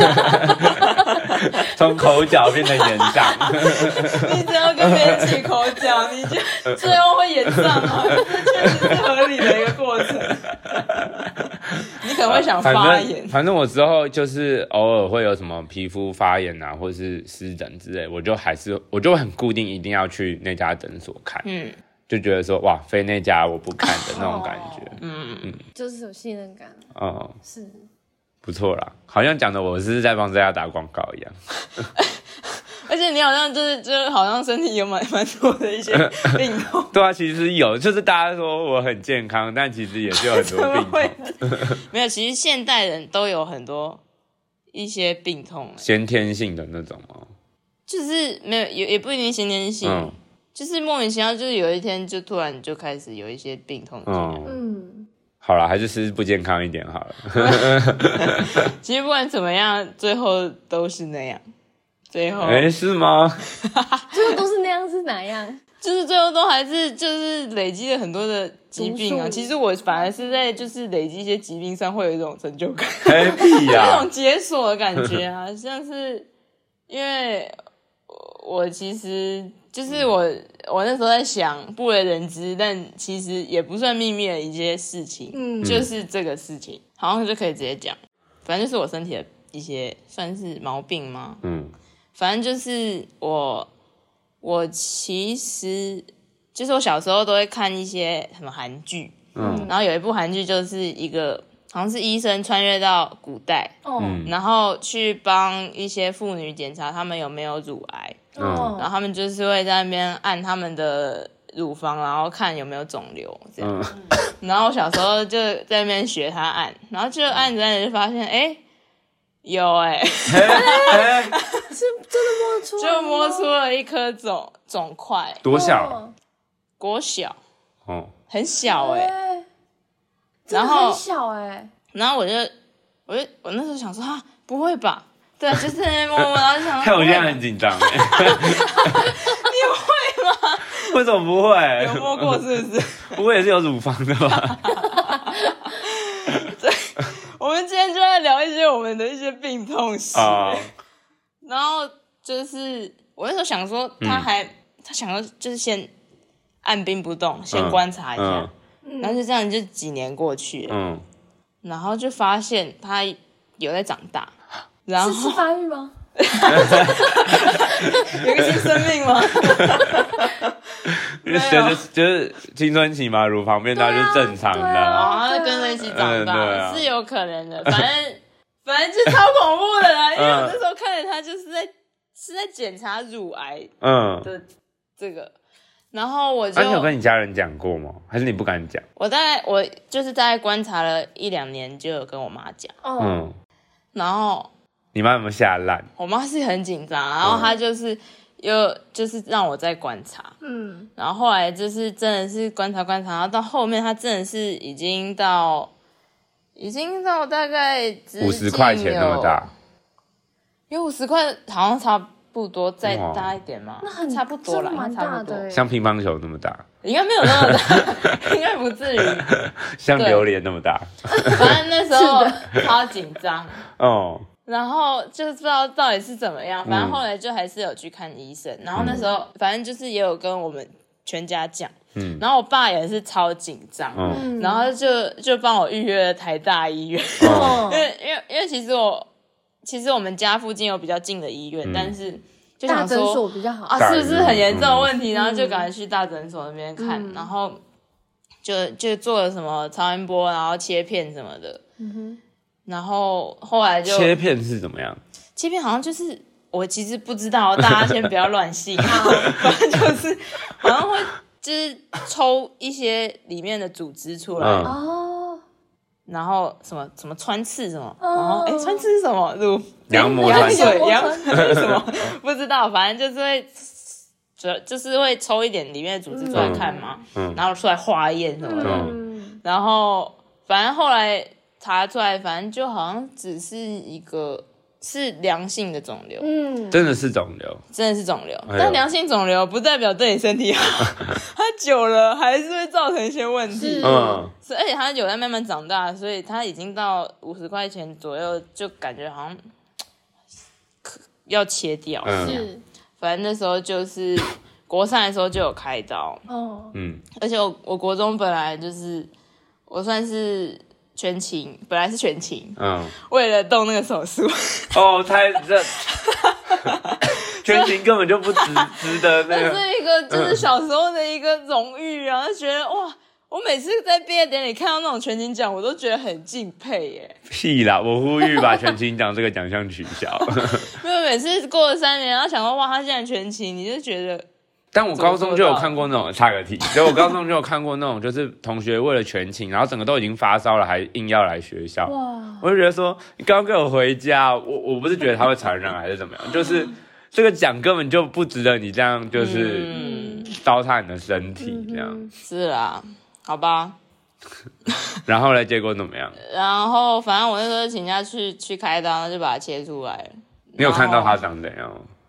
A: 从口角变成严上，
B: 你只要跟别人起口角，你就最后会严上吗？这确实是合理的一个过程。你可能会想发炎，
A: 反正我之后就是偶尔会有什么皮肤发炎啊，或是湿疹之类，我就还是我就很固定，一定要去那家诊所看。嗯。就觉得说哇，非那家我不看的那种感觉，哦、
C: 嗯嗯，就是有信任感，
A: 哦，
C: 是
A: 不错啦，好像讲的我是在帮这家打广告一样，
B: 而且你好像就是就是好像身体有蛮蛮多的一些病痛，
A: 对啊，其实有，就是大家说我很健康，但其实也是有很多病痛，
B: 没有，其实现代人都有很多一些病痛，
A: 先天性的那种吗？
B: 就是没有，也也不一定先天性。嗯，就是莫名其妙，就是有一天就突然就开始有一些病痛。嗯，
C: 嗯
A: 好啦，还是吃不健康一点好了。
B: 其实不管怎么样，最后都是那样。 最后
A: 哎、欸、是吗？
C: 最后都是那样是哪样？
B: 就是最后都还是就是累积了很多的疾病啊。其实我反而是在就是累积一些疾病上会有一种成就感，
A: 哎屁呀，
B: 有一种解锁的感觉啊，像是因为我其实就是我我那时候在想不为人知，但其实也不算秘密的一些事情，嗯，就是这个事情，好像就可以直接讲，反正就是我身体的一些算是毛病吗？嗯，反正就是我。我其实就是我小时候都会看一些什么韩剧，嗯，然后有一部韩剧就是一个好像是医生穿越到古代，嗯，然后去帮一些妇女检查他们有没有乳癌，嗯，然后他们就是会在那边按他们的乳房，然后看有没有肿瘤这样，嗯，然后我小时候就在那边学他按，然后就按着按着就发现，哎。有哎、欸，是真
C: 的摸出来，
B: 就摸出了一颗肿肿块，
A: 多小？
B: 国小，
A: 哦，
B: 很小哎、
C: 欸，
B: 然后
C: 很小哎、欸，
B: 然后我就，我就我那时候想说啊，不会吧？对，就是在那边摸摸，然后想，
A: 看我现在很紧张哎，
B: 你会吗？
A: 为什么不会？
B: 有摸过是不是？
A: 不会也是有乳房的吧？
B: 对。我们今天就在聊一些我们的一些病痛史、欸， uh, 然后就是我那时候想说，他还、嗯、他想要就是先按兵不动，先观察一下，嗯、然后就这样就几年过去了，嗯、然后就发现他有在长大，然后
C: 是发育吗？
B: 有个新生命吗？
A: 因为随着就是青春期嘛，乳房变大就是正常的，
B: 啊，他跟着一起长大、嗯啊、是有可能的，反正反正就超恐怖的啦，因为我那时候看着他就是在是在检查乳癌嗯的这个，然后我就、
A: 啊、你有跟你家人讲过吗？还是你不敢讲？
B: 我大概我就是大概观察了一两年，就有跟我妈讲，嗯，然后
A: 你妈有没有吓烂？
B: 我妈是很紧张，然后她就是又就是让我再观察，嗯，然后后来就是真的是观察观察，然后到后面她真的是已经到已经到大概
A: 五十块钱那么大，
B: 有五十块好像差不多再大一点嘛，
C: 那很
B: 差不多啦，
C: 蛮大的，
A: 像乒乓球那么大，
B: 应该没有那么大，应该不至于
A: 像榴莲那么大。
B: 反正那时候超紧张哦。然后就不知道到底是怎么样，反正后来就还是有去看医生。嗯、然后那时候反正就是也有跟我们全家讲，嗯，然后我爸也是超紧张，嗯，然后就就帮我预约了台大医院，哦、因为因为因为其实我其实我们家附近有比较近的医院，嗯、但是就想说
C: 大诊所比较好
B: 啊，是不是很严重的问题？嗯、然后就赶快去大诊所那边看，嗯、然后就就做了什么超音波，然后切片什么的，嗯哼。然后后来就
A: 切片是怎么样？
B: 切片好像就是我其实不知道，大家先不要乱信。反正就是好像会就是抽一些里面的组织出来，哦、嗯，然后什么什么穿刺什么，哦、然后哎穿刺是什么？乳
A: 羊膜
B: 羊水羊什么不知道，反正就是会就就是会抽一点里面的组织出来看嘛，嗯，然后出来化验什么的，嗯、然后反正后来。查出来，反正就好像只是一个是良性的肿瘤，
A: 嗯，真的是肿瘤，
B: 真的是肿瘤。但良性肿瘤不代表对你身体好，它久了还是会造成一些问题。嗯，是，而且它有在慢慢长大，所以它已经到五十块钱左右，就感觉好像要切掉。是，反正那时候就是国三的时候就有开刀。哦，嗯，而且我我国中本来就是我算是。全勤本来是全勤，嗯，为了动那个手术，
A: 哦，太这全勤根本就不值值得那个，
B: 这是一个就是小时候的一个荣誉啊，就觉得哇，我每次在毕业典礼看到那种全勤奖，我都觉得很敬佩耶。
A: 屁啦，我呼吁把全勤奖这个奖项取消。
B: 没有，每次过了三年，然后想说哇，他现在全勤，你就觉得。
A: 但我高中就有看过那种插个题，所以我高中就有看过那种，就是同学为了全勤，然后整个都已经发烧了，还硬要来学校。哇！我就觉得说，你刚刚跟我回家，我我不是觉得他会传染还是怎么样，就是这个奖根本就不值得你这样，就是糟蹋你的身体这样。嗯、
B: 是啦，好吧。
A: 然后呢？结果怎么样？
B: 然后反正我那时候请假去去开刀，就把它切出来了。
A: 你有看到它长怎样？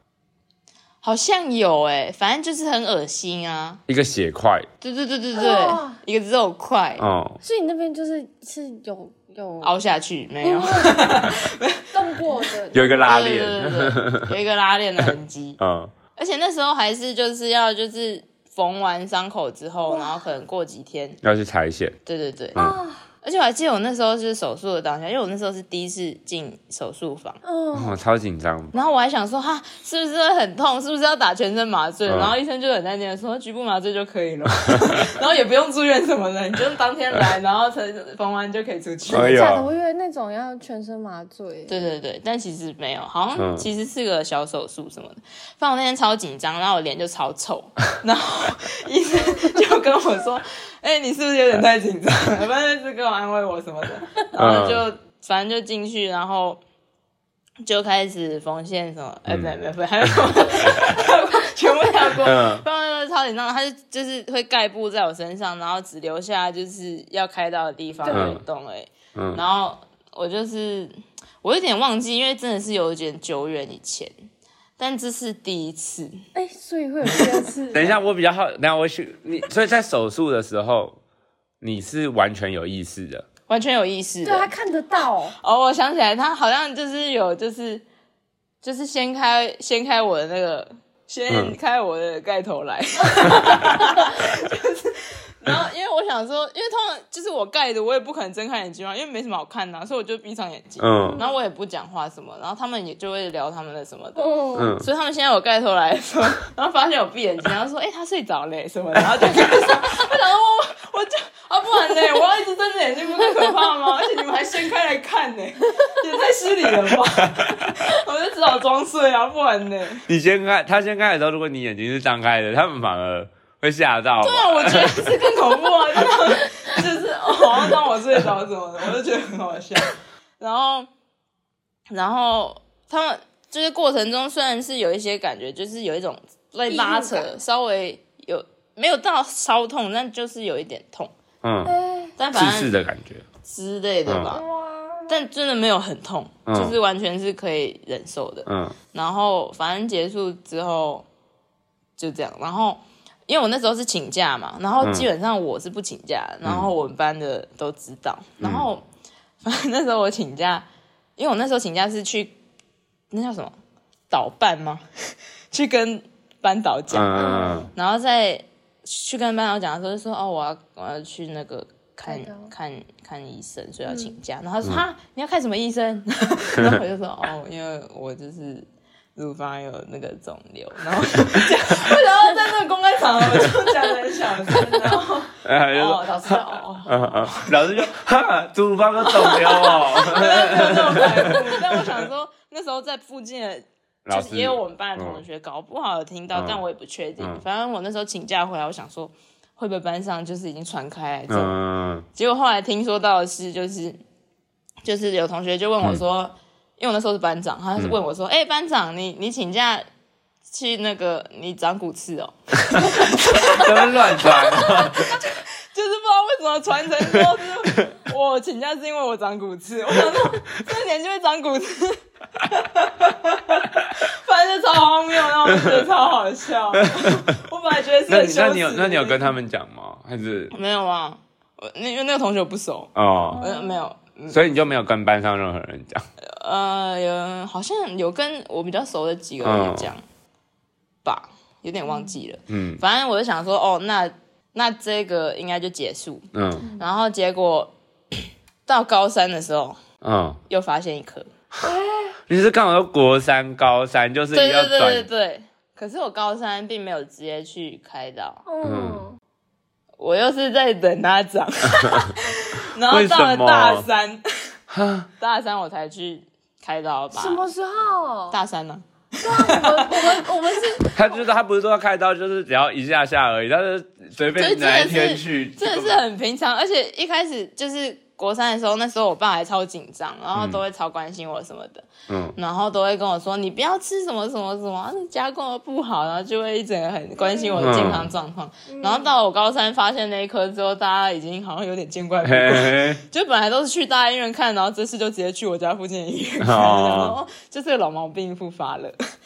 B: 好像有哎、欸，反正就是很恶心啊，
A: 一个血块，
B: 对对对对对，哦、一个肉块，
A: 哦，
C: 所以你那边就是是有有
B: 凹下去没有，
C: 动过的，
A: 有一个拉链，
B: 对对对对，有一个拉链的痕迹，嗯，而且那时候还是就是要就是缝完伤口之后，然后可能过几天
A: 要去采血，
B: 对对对，嗯。而且我还记得我那时候是手术的当下，因为我那时候是第一次进手术房，
A: 嗯，超紧张。
B: 然后我还想说，哈，是不是会很痛？是不是要打全身麻醉？嗯、然后医生就很淡定的说，局部麻醉就可以了，然后也不用住院什么的，你就当天来，然后缝完就可以出去。
C: 真的假的？我以为那种要全身麻醉。
B: 对对对，但其实没有，好像其实是个小手术什么的。反正我那天超紧张，然后我脸就超臭，然后医生就跟我说。哎、欸，你是不是有点太紧张了？反正是跟我安慰我什么的，然后就、嗯、反正就进去，然后就开始缝线什么，哎、嗯，没没没，还有全部跳过，反正超紧张，他就就是会盖布在我身上，然后只留下就是要开刀的地方有动而已，嗯，然后我就是我有点忘记，因为真的是有点久远以前。但这是第一次，
C: 哎、欸，所以会有第二次。
A: 等一下，我比较好，等一下我去你，所以在手术的时候，你是完全有意识的，
B: 完全有意识的，
C: 对他看得到。
B: 哦，我想起来，他好像就是有，就是就是掀开掀开我的那个，掀开我的盖头来，嗯、就是。然后，因为我想说，因为通常就是我盖的，我也不可能睁开眼睛嘛，因为没什么好看的、啊，所以我就闭上眼睛。嗯。然后我也不讲话什么，然后他们也就会聊他们的什么的。嗯。所以他们现在我盖头来的时候，然后发现我闭眼睛，然后说：“哎、欸，他睡着嘞什么的。”然后就跟他说：“我想说我我就啊，不然呢，我要一直睁着眼睛，不是可怕吗？而且你们还掀开来看呢，也太失礼了吧！我就只好装睡啊，不然呢。
A: 你先开，他先开的时候，如果你眼睛是张开的，他们反而。会吓到，
B: 对啊，我觉得是更恐怖啊，就是好像当我睡着什么的，我就觉得很好笑。然后，然后他们就是过程中虽然是有一些感觉，就是有一种被拉扯，稍微有没有到烧痛，但就是有一点痛，嗯，但反正
A: 刺刺的感觉
B: 之类的吧，嗯、但真的没有很痛，嗯、就是完全是可以忍受的。嗯，然后反正结束之后就这样，然后。因为我那时候是请假嘛，然后基本上我是不请假，嗯、然后我们班的都知道。嗯、然后反正那时候我请假，因为我那时候请假是去那叫什么导办吗？去跟班导讲，嗯、然后再去跟班导讲的时候就说：“哦，我要我要去那个看看看医生，所以要请假。嗯”然后他说：“哈、嗯，你要看什么医生？”然后我就说：“哦，因为我就是。”乳房有那个肿瘤，然后就讲，我想要在那个公开场合，我就讲得很小声，然后哦，老师哦，哦
A: 老师就哈，乳房有肿瘤哦，
B: 没有没有那么白目，但我想说那时候在附近的，就是也有我们班的同学，嗯、搞不好有听到，嗯、但我也不确定。嗯、反正我那时候请假回来，我想说会不会班上就是已经传开来这样，嗯、结果后来听说到的是，就是就是有同学就问我说。嗯因为我那时候是班长，他是问我说：“哎、嗯欸，班长，你你请假去那个你长骨刺哦？”
A: 怎么乱传？
B: 就是不知道为什么传成说，就是我请假是因为我长骨刺。我想说，这年就会长骨刺，反正就超荒谬，然后我就觉得超好笑。我本来觉得是很羞耻。
A: 那你有那你有跟他们讲吗？还是
B: 没有啊？因为那个同学我不熟哦，呃，没有。
A: 所以你就没有跟班上任何人讲？
B: 呃，有好像有跟我比较熟的几个人讲、嗯、吧，有点忘记了。嗯，反正我就想说，哦，那那这个应该就结束。嗯，然后结果到高三的时候，嗯，又发现一颗。
A: 你是刚好国三、高三，就是要转。
B: 对对对对对。可是我高三并没有直接去开刀。嗯。我又是在等他长，然后到了大三，大三我才去开刀吧？
C: 什么时候？
B: 大三呢、
C: 啊？对啊，我们我们我们是，
A: 他就是他不是说要开刀，就是只要一下下而已，他是随便哪一天去，
B: 真的是很平常，而且一开始就是。国三的时候，那时候我爸还超紧张，然后都会超关心我什么的，嗯，然后都会跟我说你不要吃什么什么什么，加工的不好，然后就会一整个很关心我的健康状况。嗯、然后到了我高三发现那一科之后，大家已经好像有点见怪不怪，嘿嘿就本来都是去大医院看，然后这次就直接去我家附近的医院看，哦，就这个老毛病复发了。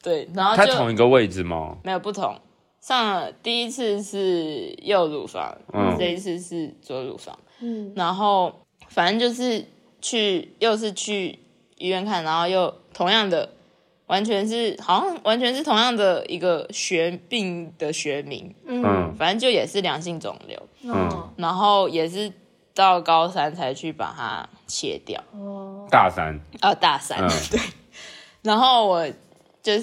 B: 对，然后
A: 它同一个位置吗？
B: 没有不同。上了第一次是右乳房，嗯，这一次是左乳房，嗯，然后反正就是去又是去医院看，然后又同样的，完全是好像完全是同样的一个学病的学名，嗯，反正就也是良性肿瘤，嗯，然后也是到高三才去把它切掉，哦，
A: 大三，
B: 哦，大三，嗯、对，然后我就是。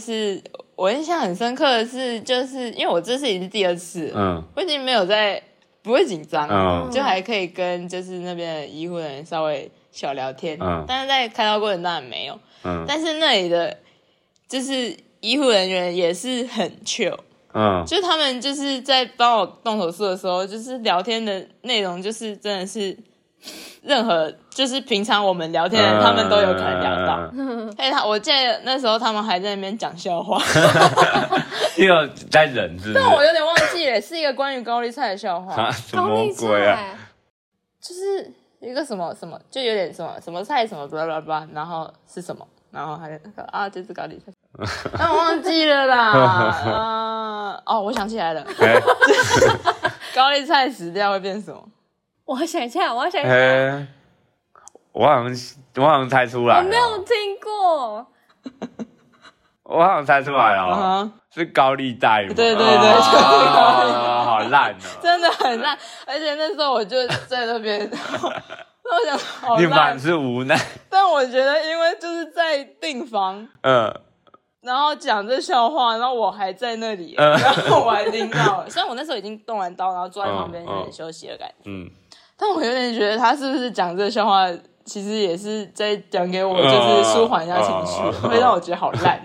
B: 我印象很深刻的是，就是因为我这次已经是第二次，嗯，我已经没有在不会紧张，嗯，就还可以跟就是那边的医护人员稍微小聊天，嗯，但是在开刀过程当然没有，嗯，但是那里的就是医护人员也是很 chill， 嗯，就是他们就是在帮我动手术的时候，就是聊天的内容就是真的是。任何就是平常我们聊天的人，嗯、他们都有可能聊到。哎、嗯，他我记得那时候他们还在那边讲笑话，
A: 你有在忍是不是？
B: 但我有点忘记了，是一个关于高丽菜的笑话。
A: 啊、什么鬼啊？
B: 就是一个什么什么，就有点什么什么菜什么巴拉巴拉，然后是什么，然后还啊，这是高丽菜。但我忘记了啦。啊，哦，我想起来了，欸、高丽菜死掉会变什么？
C: 我想一下，我想一下，欸、
A: 我好像我好像猜出来了，
C: 我没有听过，
A: 我好像猜出来了， uh-huh. 是高丽贷吗？
B: 对对对，哦、就是高丽
A: 贷，好烂哦，
B: 真的很烂，而且那时候我就在那边，我想好烂，
A: 你满是无奈，
B: 但我觉得因为就是在病房，嗯。然后讲这笑话，然后我还在那里，嗯、然后我还听到了。虽然我那时候已经动完刀，然后坐在旁边有点休息的感觉，嗯，但我有点觉得他是不是讲这笑话，其实也是在讲给我，就是舒缓一下情绪，嗯、会让我觉得好烂。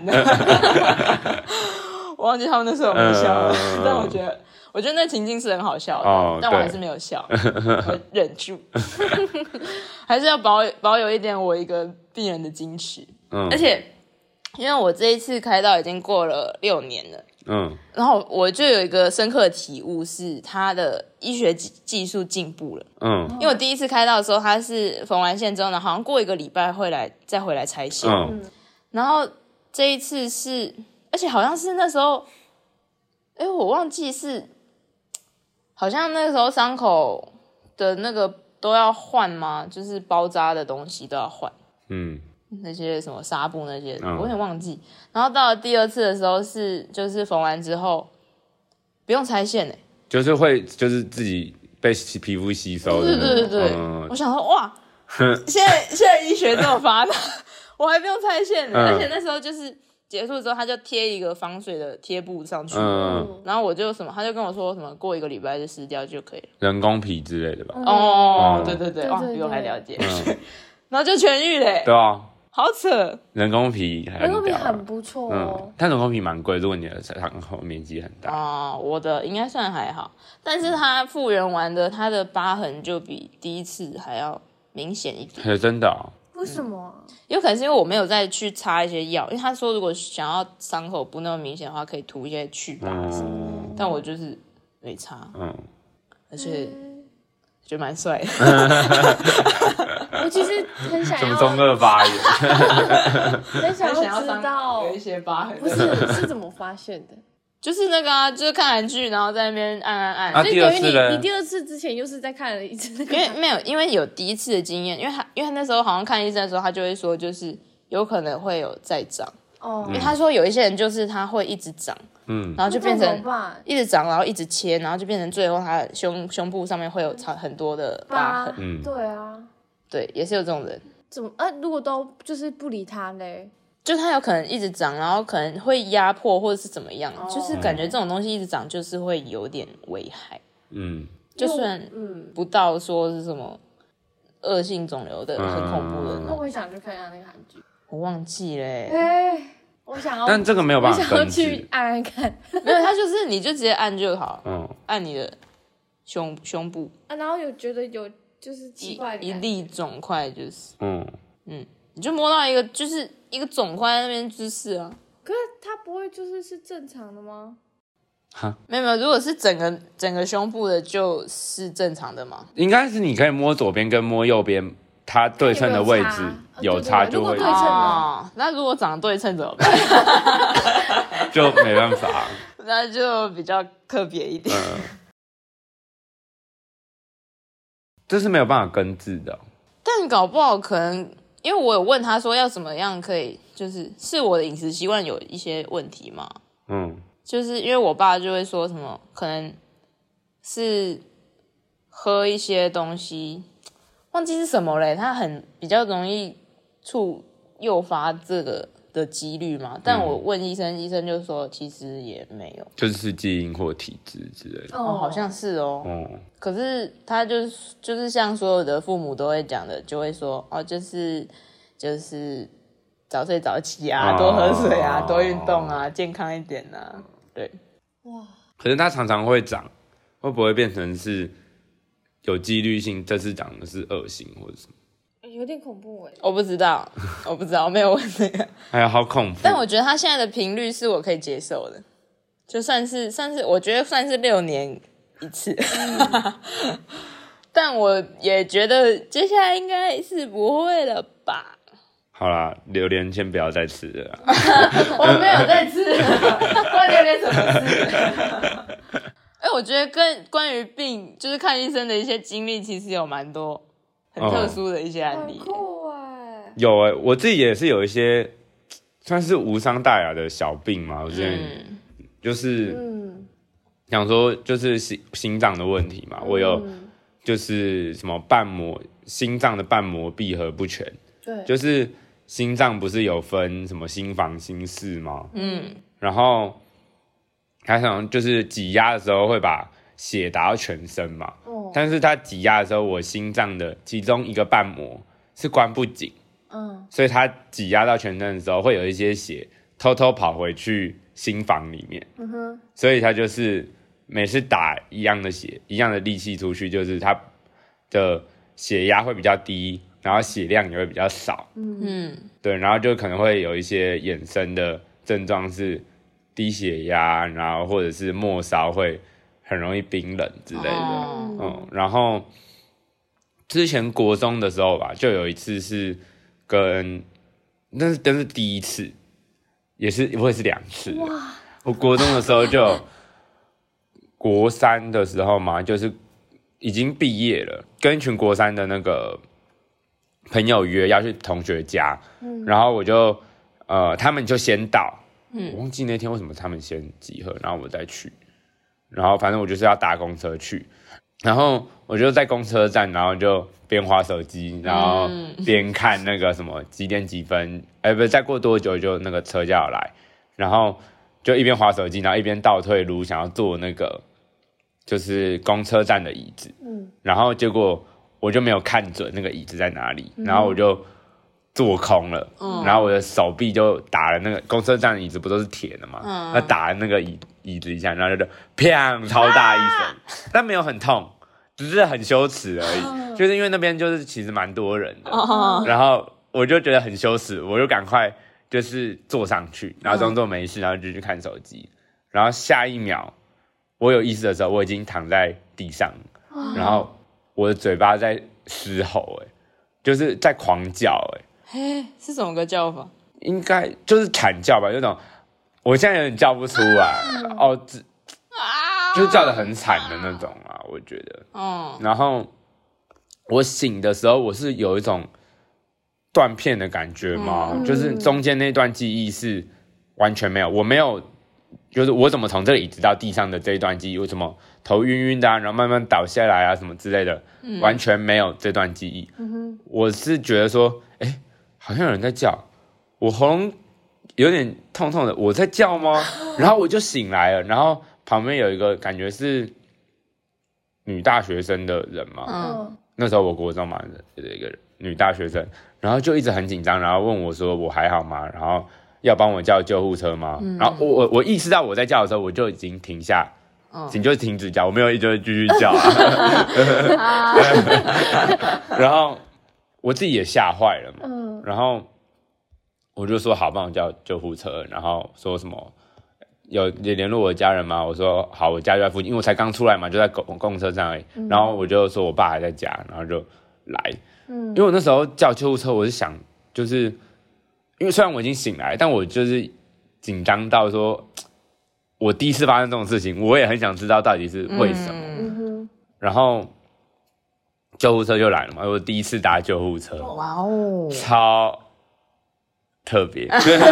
B: 我忘记他们那时候有没有笑了，嗯、但我觉得，我觉得那情境是很好笑的，哦、但我还是没有笑，我忍住，还是要保保有一点我一个病人的矜持，嗯、而且。因为我这一次开刀已经过了六年了，嗯，然后我就有一个深刻的体悟是，他的医学技术进步了，嗯，因为我第一次开刀的时候，他是缝完线之后呢，好像过一个礼拜会来再回来拆线，嗯，然后这一次是，而且好像是那时候，哎，我忘记是，好像那个时候伤口的那个都要换吗？就是包扎的东西都要换，嗯。那些什么纱布那些，我有点忘记。然后到了第二次的时候是，就是缝完之后不用拆线诶，
A: 就是会就是自己被皮肤吸收的。
B: 对对对对，嗯、我想说哇，现在现在医学这么发达，我还不用拆线呢、嗯。而且那时候就是结束之后，他就贴一个防水的贴布上去，嗯、然后我就什么，他就跟我说什么过一个礼拜就撕掉就可以了，
A: 人工皮之类的吧。
B: 哦，嗯、对对对，哇，比我还了解。嗯、然后就痊愈嘞。
A: 对啊。
B: 好扯，
A: 人工皮很，
C: 人工皮很不错哦，
A: 嗯，但人工皮蛮贵，如果你的伤口面积很大。
B: 哦，我的应该算还好，但是它复原完的，它的疤痕就比第一次还要明显一点。
A: 真的、哦？
C: 为什么、啊？
B: 有可能是因为我没有再去擦一些药，因为他说如果想要伤口不那么明显的话，可以涂一些去疤什么、嗯、但我就是没擦，嗯，而且。嗯觉得蛮帅的，
C: 我其实很想要。
A: 什么中二发言？
C: 很想要知道
B: 有一些疤痕，
C: 不是是怎么发现的？
B: 就是那个啊，就是看韩剧，然后在那边按按按。
A: 啊，
C: 所以
A: 等于
C: 你你第二次之前又是在看了一次那个。
B: 因为没有，因为有第一次的经验，因为他因为他那时候好像看医生的时候，他就会说，就是有可能会有再长。哦。因为他说有一些人就是他会一直长。嗯，然后就变成一直长，然后一直切，然后就变成最后他的胸胸部上面会有很多的疤痕。
C: 嗯，对啊，
B: 对，也是有这种人。
C: 怎么？呃，如果都就是不理他嘞，
B: 就他有可能一直长，然后可能会压迫或者是怎么样，哦、就是感觉这种东西一直长就是会有点危害。嗯，就算嗯不到说是什么恶性肿瘤的、嗯、很恐怖的那种。
C: 那我想去看一下那个韩剧，
B: 我忘记嘞。
C: 欸我想要，
A: 但这个没有办法根治。
C: 我想要去按按看，
B: 没有，它就是你就直接按就好，嗯，按你的胸胸部
C: 啊，然后有觉得有就是奇怪的
B: 一粒肿块，就是嗯嗯，你就摸到一个就是一个肿块在那边就是啊，
C: 可是它不会就是是正常的吗？
B: 哈，没有没有，如果是整个整个胸部的就是正常的吗？
A: 应该是你可以摸左边跟摸右边。它对称的位置有差就会
C: 对称
B: 哦，那如果长得对称怎么办？
A: 就没办法，
B: 那就比较特别一点。嗯，
A: 这是没有办法根治的、哦。
B: 但搞不好可能，因为我有问他说要怎么样可以，就是是我的饮食习惯有一些问题吗？嗯，就是因为我爸就会说什么，可能是喝一些东西，忘记是什么嘞，他很比较容易促诱发这个的几率嘛。但我问医生，嗯、医生就说其实也没有，
A: 就是基因或体质之类的。
B: 哦，好像是哦。哦，可是他就是就是像所有的父母都会讲的，就会说哦，就是就是早睡早起啊，多喝水啊，多运动啊，健康一点啊。对，
C: 哇！
A: 可是它常常会长，会不会变成是有几率性这次长的是恶性或者什么？
C: 有点恐怖哎！
B: 我不知道，我不知道，我没有问这个。
A: 哎呀，好恐怖！
B: 但我觉得他现在的频率是我可以接受的，就算是算是，我觉得算是六年一次。嗯、但我也觉得接下来应该是不会了吧。
A: 好啦，榴莲先不要再吃了啦。
B: 我没有在吃，关榴莲什么事？哎，我觉得跟关于病，就是看医生的一些经历，其实有蛮多很特殊的一些案例。
C: 很酷哎！
A: 有哎、欸，我自己也是有一些算是无伤大雅的小病嘛，我之前、嗯、就是想说就是心心脏的问题嘛，我有就是什么瓣膜心脏的瓣膜闭合不全，
C: 对，
A: 就是心脏不是有分什么心房、心室吗？嗯，然后他想就是挤压的时候会把血打到全身嘛，哦，但是他挤压的时候，我心脏的其中一个瓣膜是关不紧，嗯，所以他挤压到全身的时候，会有一些血偷偷跑回去心房里面，嗯哼，所以他就是每次打一样的血、一样的力气出去，就是他的血压会比较低。然后血量也会比较少，嗯，对，然后就可能会有一些衍生的症状是低血压，然后或者是末梢会很容易冰冷之类的，哦、嗯，然后之前国中的时候吧，就有一次是跟，那是真是第一次，也是我也是两次，哇，我国中的时候就有国三的时候嘛，就是已经毕业了，跟一群国三的那个朋友约要去同学家，嗯、然后我就呃，他们就先到，嗯、我忘记那天为什么他们先集合，然后我再去，然后反正我就是要搭公车去，然后我就在公车站，然后就边滑手机，然后边看那个什么几点几分，哎、欸，不是再过多久就那个车就要来，然后就一边滑手机，然后一边倒退路，想要坐那个就是公车站的椅子，嗯、然后结果。我就没有看准那个椅子在哪里，嗯、然后我就坐空了，嗯、然后我的手臂就打了那个公车站的椅子，不都是铁的嘛？嗯，那打了那个椅椅子一下，然后就砰超大一声，啊、但没有很痛，只是很羞耻而已。嗯、就是因为那边就是其实蛮多人的，哦、然后我就觉得很羞耻，我就赶快就是坐上去，然后装作没事，然后就去看手机。然后下一秒我有意识的时候，我已经躺在地上，哦、然后。我的嘴巴在嘶吼，哎，就是在狂叫，哎，
B: 嘿，是什么个叫法？
A: 应该就是惨叫吧，那种，我现在有点叫不出来，哦，啊，就是叫得很惨的那种啊，我觉得，嗯，然后我醒的时候，我是有一种断片的感觉嘛，嗯、就是中间那段记忆是完全没有，我没有。就是我怎么从这个椅子到地上的这一段记忆，为什么头晕晕的、啊，然后慢慢倒下来啊什么之类的，嗯、完全没有这段记忆。嗯、我是觉得说，哎、欸，好像有人在叫，我喉咙有点痛痛的，我在叫吗？然后我就醒来了，然后旁边有一个感觉是女大学生的人嘛，嗯、那时候我国中嘛，有一个女大学生，然后就一直很紧张，然后问我说我还好吗？然后。要帮我叫救护车吗？嗯、然后我我我意识到我在叫的时候，我就已经停下，哦、停就停止叫，我没有一直继续叫啊。然后我自己也吓坏了嘛，嗯、然后我就说好，帮我叫救护车，然后说什么有联络我的家人吗？我说好，我家就在附近，因为我才刚出来嘛，就在公公车站而已。嗯、然后我就说我爸还在家，然后就来，嗯、因为我那时候叫救护车，我是想就是。因为虽然我已经醒来，但我就是紧张到说，我第一次发生这种事情，我也很想知道到底是为什么。
B: 嗯、
A: 然后救护车就来了嘛，我第一次搭救护车，
B: 哇哦，
A: 超特别，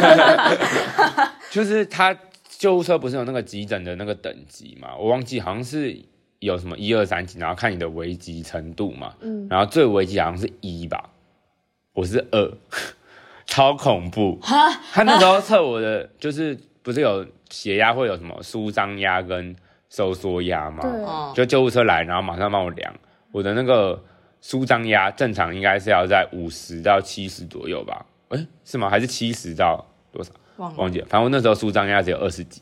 A: 就是他救护车不是有那个急诊的那个等级嘛，我忘记好像是有什么一二三级，然后看你的危急程度嘛，嗯、然后最危急好像是一吧，我是二，超恐怖。他那时候测我的就是不是有血压会有什么舒张压跟收缩压嘛，就救护车来，然后马上帮我量我的那个舒张压，正常应该是要在五十到七十左右吧？哎、欸，是吗？还是七十到多少？忘忘记了。反正我那时候舒张压只有二十几，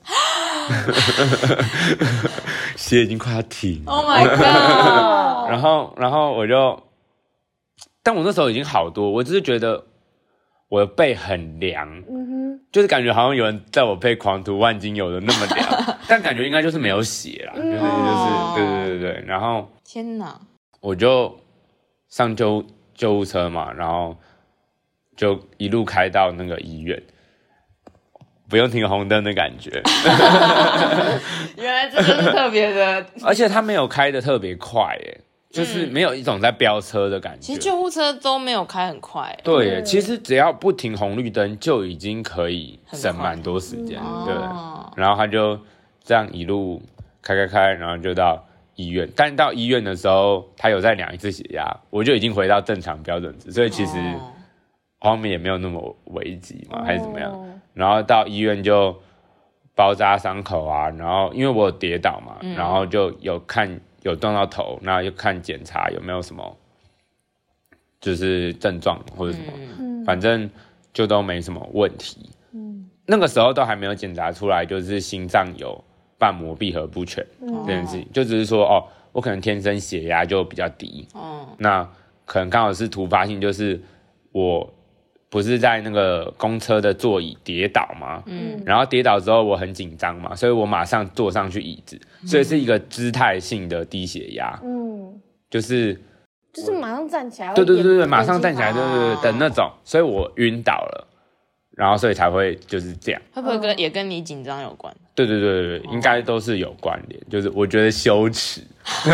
A: 血已经快要停。
B: Oh my god！
A: 然后，然后我就，但我那时候已经好多，我只是觉得我的背很凉，嗯哼，就是感觉好像有人在我背狂涂万金油的那么凉，但感觉应该就是没有血啦，就是就是对对对对。然后
B: 天哪！
A: 我就上救救护车嘛，然后就一路开到那个医院，不用停红灯的感觉。
B: 原来这就是特别的，
A: 而且他没有开的特别快，耶，就是没有一种在飙车的感觉。
B: 其实救护车都没有开很快。
A: 对耶，其实只要不停红绿灯就已经可以省蛮多时间。对，然后他就这样一路开开开，然后就到医院，但到医院的时候，他有再量一次血压，我就已经回到正常标准值，所以其实后面也没有那么危急嘛，还是怎么样。然后到医院就包扎伤口啊，然后因为我有跌倒嘛，嗯、然后就有看有撞到头，然后又看检查有没有什么就是症状或者什么，嗯、反正就都没什么问题。嗯、那个时候都还没有检查出来，就是心脏有瓣膜闭合不全这件事情，就只是说哦，我可能天生血压就比较低，哦、那可能刚好是突发性，就是我不是在那个公车的座椅跌倒嘛，嗯，然后跌倒之后我很紧张嘛，所以我马上坐上去椅子，嗯、所以是一个姿态性的低血压，嗯，就是
C: 就是马上站起来，
A: 对对对对，马上站起来，对对对的那种，所以我晕倒了。然后所以才会就是这样，
B: 会不会跟也跟你紧张有关？
A: 对对对对对，应该都是有关联。就是我觉得羞耻，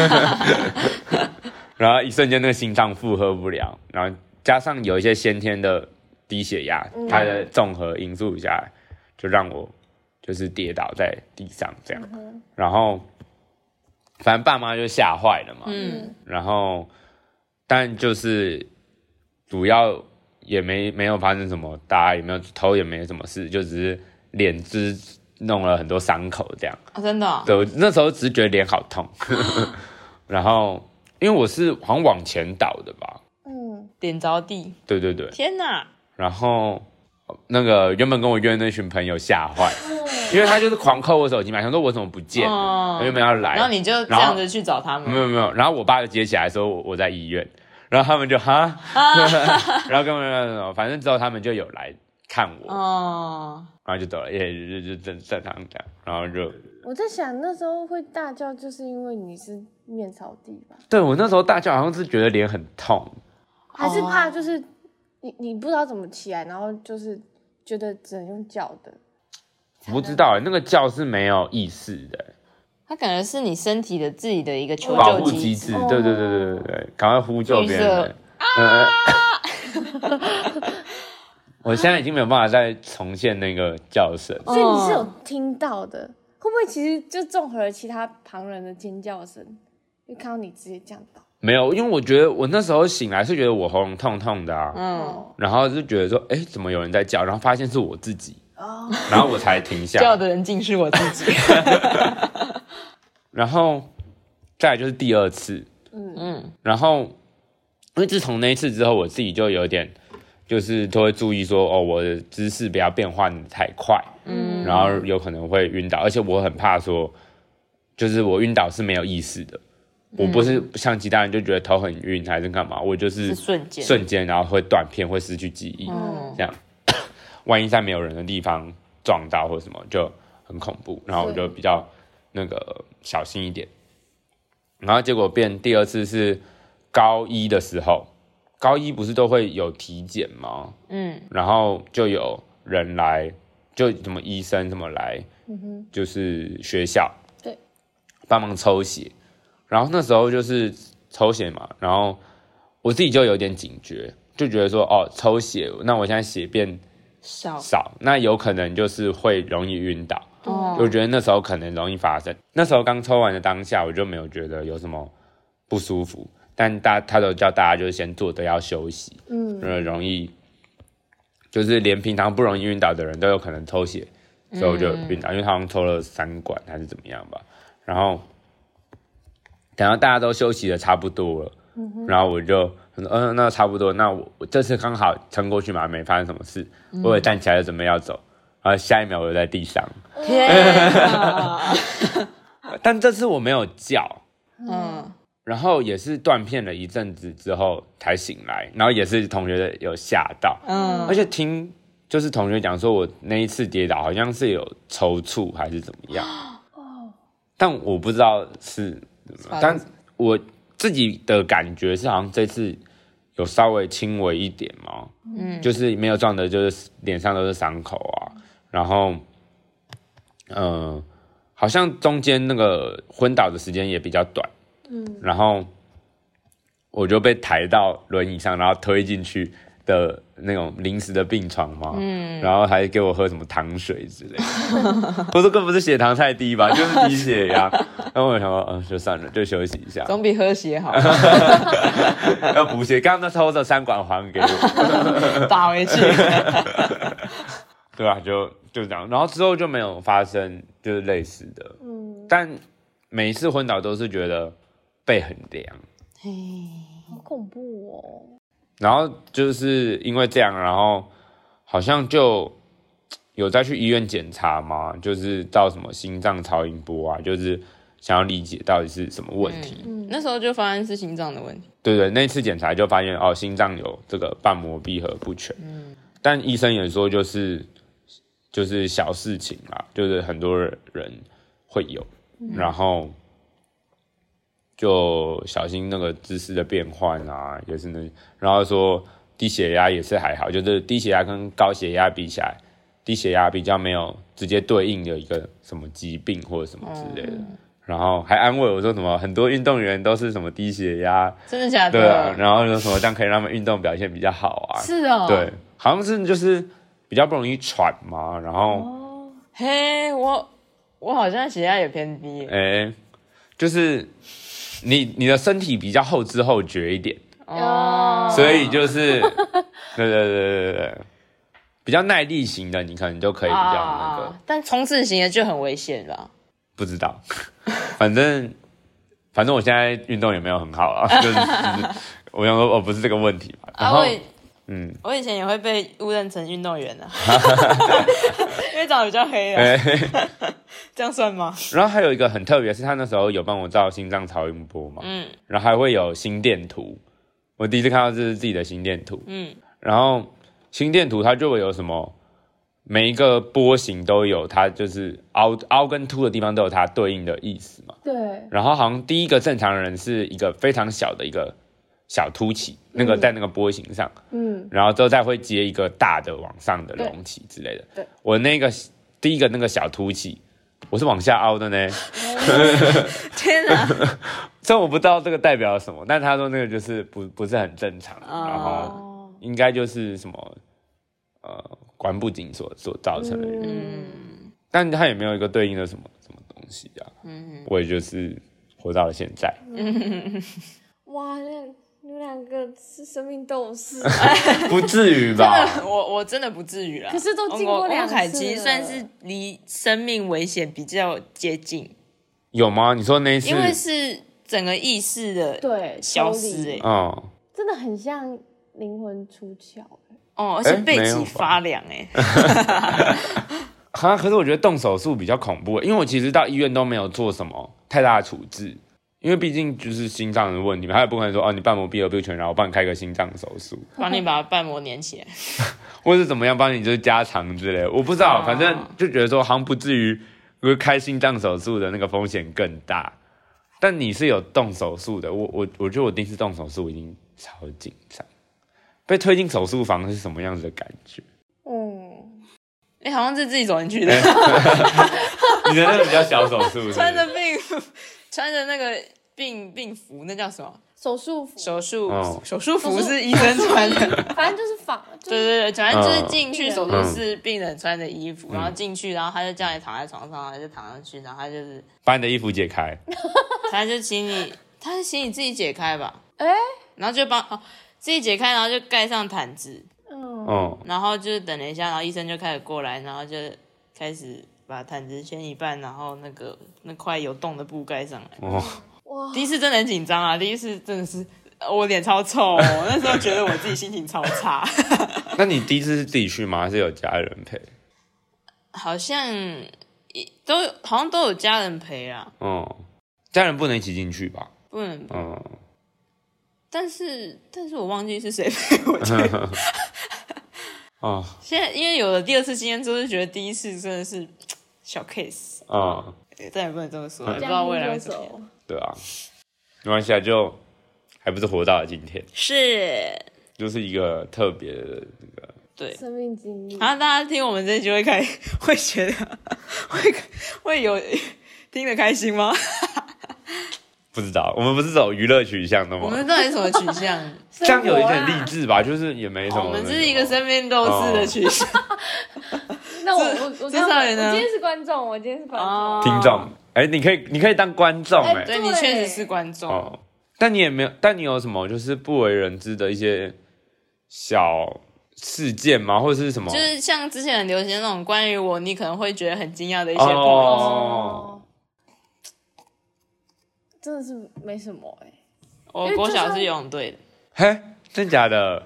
A: 然后一瞬间那个心脏负荷不了，然后加上有一些先天的低血压，嗯、它的综合因素下来，就让我就是跌倒在地上这样。嗯、然后反正爸妈就吓坏了嘛，嗯，然后但就是主要。也没没有发生什么大，也没有头也没什么事，就只是脸只弄了很多伤口这样。
B: 啊，真的、哦？
A: 对，我那时候只是觉得脸好痛，然后因为我是好像往前倒的吧，
B: 嗯，脸着地。
A: 对对对。
B: 天哪！
A: 然后那个原本跟我约的那群朋友吓坏，因为他就是狂扣我手机嘛，想说我怎么不见了，哦、原本要来，
B: 然后你就这样子去找他们？
A: 没有没有，然后我爸就接起来说我我在医院。然后他们就哈，然后根本反正之后他们就有来看我，哦，然后就走了，也就就正正常这样，然后就
C: 我在想那时候会大叫，就是因为你是面朝地吧？
A: 对，我那时候大叫好像是觉得脸很痛，
C: 还是怕就是你你不知道怎么起来，然后就是觉得只能用叫的。
A: 我不知道哎，那个叫是没有意识的。
B: 它感觉是你身体的自己的一个求
A: 救
B: 机制，
A: 机制，对对对对对对，赶快呼救别人。啊！我现在已经没有办法再重现那个叫声，
C: 所以你是有听到的，会不会其实就综合了其他旁人的尖叫声，就看到你直接这样倒？
A: 没有，因为我觉得我那时候醒来是觉得我喉咙痛痛的啊，嗯，然后就觉得说，哎，怎么有人在叫？然后发现是我自己，哦，然后我才停下。
B: 叫的人竟是我自己。
A: 然后再来就是第二次，嗯嗯，然后因为自从那一次之后，我自己就有点就是都会注意说，哦，我的姿势不要变换得太快，嗯，然后有可能会晕倒，而且我很怕说，就是我晕倒是没有意识的，嗯、我不是像其他人就觉得头很晕还是干嘛，我就是
B: 瞬间
A: 瞬间，然后会断片，会失去记忆，嗯、这样，万一在没有人的地方撞到或什么就很恐怖，然后我就比较。那个小心一点，然后结果变第二次是高一的时候，高一不是都会有体检吗？嗯，然后就有人来就什么医生什么来，
C: 嗯哼，
A: 就是学校
C: 对，
A: 帮忙抽血，然后那时候就是抽血嘛，然后我自己就有点警觉，就觉得说哦，抽血，那我现在血变
B: 少
A: 少，那有可能就是会容易晕倒。
B: 哦，
A: 我觉得那时候可能容易发生。那时候刚抽完的当下，我就没有觉得有什么不舒服，但大他都叫大家就是先坐着要休息，嗯，容易就是连平常不容易晕倒的人都有可能抽血，所以我就晕倒，嗯、因为他好像抽了三管还是怎么样吧。然后等到大家都休息的差不多了，嗯、然后我就嗯、呃，那差不多，那我我这次刚好撑过去嘛，没发生什么事，嗯、我也站起来就准备要走。然后下一秒我就在地上，
B: 天啊！
A: 但这次我没有叫，嗯，然后也是断片了一阵子之后才醒来，然后也是同学有嚇到，嗯，而且听就是同学讲说我那一次跌倒好像是有抽搐还是怎么样，哦，但我不知道是，但我自己的感觉是好像这次有稍微轻微一点嘛，嗯，就是没有撞的，就是脸上都是伤口啊。然后，呃，好像中间那个昏倒的时间也比较短，嗯，然后我就被抬到轮椅上，然后推进去的那种临时的病床嘛，嗯，然后还给我喝什么糖水之类的，我说这不是血糖太低吧，就是低血压，然后我想说，嗯，就算了，就休息一下，
B: 总比喝血好，
A: 要补血，刚刚那抽着三管还给我，
B: 打回去。
A: 对啊，就就这样，然后之后就没有发生就是类似的，嗯，但每一次昏倒都是觉得背很凉，
C: 嘿，好恐怖哦。
A: 然后就是因为这样，然后好像就有再去医院检查嘛，就是照什么心脏超音波啊，就是想要理解到底是什么问题。
B: 嗯，那时候就发现是心脏的问题。
A: 对对，那次检查就发现哦，心脏有这个瓣膜闭合不全，嗯，但医生也说就是。就是小事情啦，就是很多人会有，嗯、然后就小心那个姿势的变换啊，也是那，然后说低血压也是还好，就是低血压跟高血压比起来，低血压比较没有直接对应的一个什么疾病或者什么之类的，嗯、然后还安慰我说什么很多运动员都是什么低血压，
B: 真的假的？
A: 对啊，然后说什么这样可以让他们运动表现比较好啊，
B: 是哦，
A: 对，好像是就是。比较不容易喘嘛，然后，
B: 哦、嘿，我我好像血压也偏低，
A: 哎、欸，就是你你的身体比较后知后觉一点，哦，所以就是，对对对对对，比较耐力型的，你可能就可以比较那个，啊、
B: 但冲刺型的就很危险吧？
A: 不知道，反正反正我现在运动也没有很好啊，就是、就是、我想说，哦，不是这个问题嘛，然后。啊
B: 嗯，我以前也会被误认成运动员啊，因为长得比较黑啊，欸、这样算吗？
A: 然后还有一个很特别，是他那时候有帮我照心脏超音波嘛，嗯，然后还会有心电图，我第一次看到这是自己的心电图，嗯，然后心电图它就会有什么，每一个波形都有它就是凹凹跟凸的地方都有它对应的意思嘛，
C: 对，
A: 然后好像第一个正常人是一个非常小的一个。小凸起，那个在那个波形上，嗯，然后之后再会接一个大的往上的隆起之类的。对，我那个第一个那个小凸起，我是往下凹的呢。
B: 天哪！
A: 虽然我不知道这个代表什么，但他说那个就是不不是很正常，哦、然后应该就是什么呃关不紧所所造成的原因。嗯，但他也没有一个对应的什么什么东西啊。嗯，我也就是活到了现在。
C: 嗯，哇，那。你们两个是生命斗士，
A: 不至于吧？
B: 我我真的不至于啦。
C: 可是都经过两次了，
B: 凯其实算是离生命危险比较接近。
A: 有吗？你说那一次？
B: 因为是整个意识的
C: 对
B: 消失、欸，
A: 哦，
C: 真的很像灵魂出窍、欸，
B: 哦，而且背脊发凉、欸，哎。
A: 哈，可是我觉得动手术比较恐怖，因为我其实到医院都没有做什么太大的处置。因为毕竟就是心脏的问题嘛，他也不可能说哦，你瓣膜闭合不全，然后我帮你开个心脏手术，
B: 帮你把瓣膜粘起来，
A: 或是怎么样帮你就是加长之类的，我不知道，反正就觉得说好像不至于，开心脏手术的那个风险更大。但你是有动手术的，我我我觉得我第一次动手术我已经超紧张，被推进手术房是什么样子的感觉？嗯，
B: 哎、欸，好像是自己走进去的。
A: 欸、你的那个比较小手术，
B: 穿着病服，穿着那个病病服，那叫什么？
C: 手术服。
B: 手术、
A: 哦、
B: 手术服是医生穿的，
C: 反正就是仿。就是、
B: 对对对，反正就是进去手术室，病人穿的衣服，嗯、然后进去，然后他就叫你躺在床上，他就躺上去，然后他就是
A: 把你的衣服解开，
B: 他就请你，他是请你自己解开吧？
C: 哎、欸，
B: 然后就帮、哦、自己解开，然后就盖上毯子。
C: 嗯，
B: 然后就是等了一下，然后医生就开始过来，然后就开始把毯子掀一半，然后那个那块有洞的布盖上来。
A: 哦，
C: 哇！
B: 第一次真的很紧张啊，第一次真的是我脸超臭、哦，我那时候觉得我自己心情超差。
A: 那你第一次是自己去吗？还是有家人陪？
B: 好像都好像都有家人陪啊。
A: 哦，家人不能一起进去吧？
B: 不能。
A: 嗯。
B: 但是，但是我忘记是谁陪我去。
A: 哦，
B: 现在因为有了第二次经验之后，就觉得第一次真的是小 case。
A: 嗯，
B: 但也不能这么说，也不知道未来会怎么样。
A: 对啊，没关系啊，就还不是活到了今天，
B: 是，
A: 就是一个特别的那个
B: 对
C: 生命经历。
B: 然后大家听我们这一集会开，会觉得会会有听得开心吗？
A: 不知道，我们不是走娱乐取向的吗？
B: 我们到底什么取向？
A: 这样有一点励志吧，就是也没什么、
B: 哦。我们是一个生命斗士的取向。
C: 哦、那我我我
B: 至少也呢？
C: 我今天是观众，我今天是观众，
B: 哦、
A: 听众。哎、欸，你可以你可以当观众哎、欸，
B: 对你确实是观众。
A: 哦，但你也没有，但你有什么就是不为人知的一些小事件吗？或者是什么？
B: 就是像之前很流行那种关于我，你可能会觉得很惊讶的一些 point。
A: 哦
C: 真的是没什么哎、欸，
B: 我国小是游泳队的，
A: 嘿，真假的？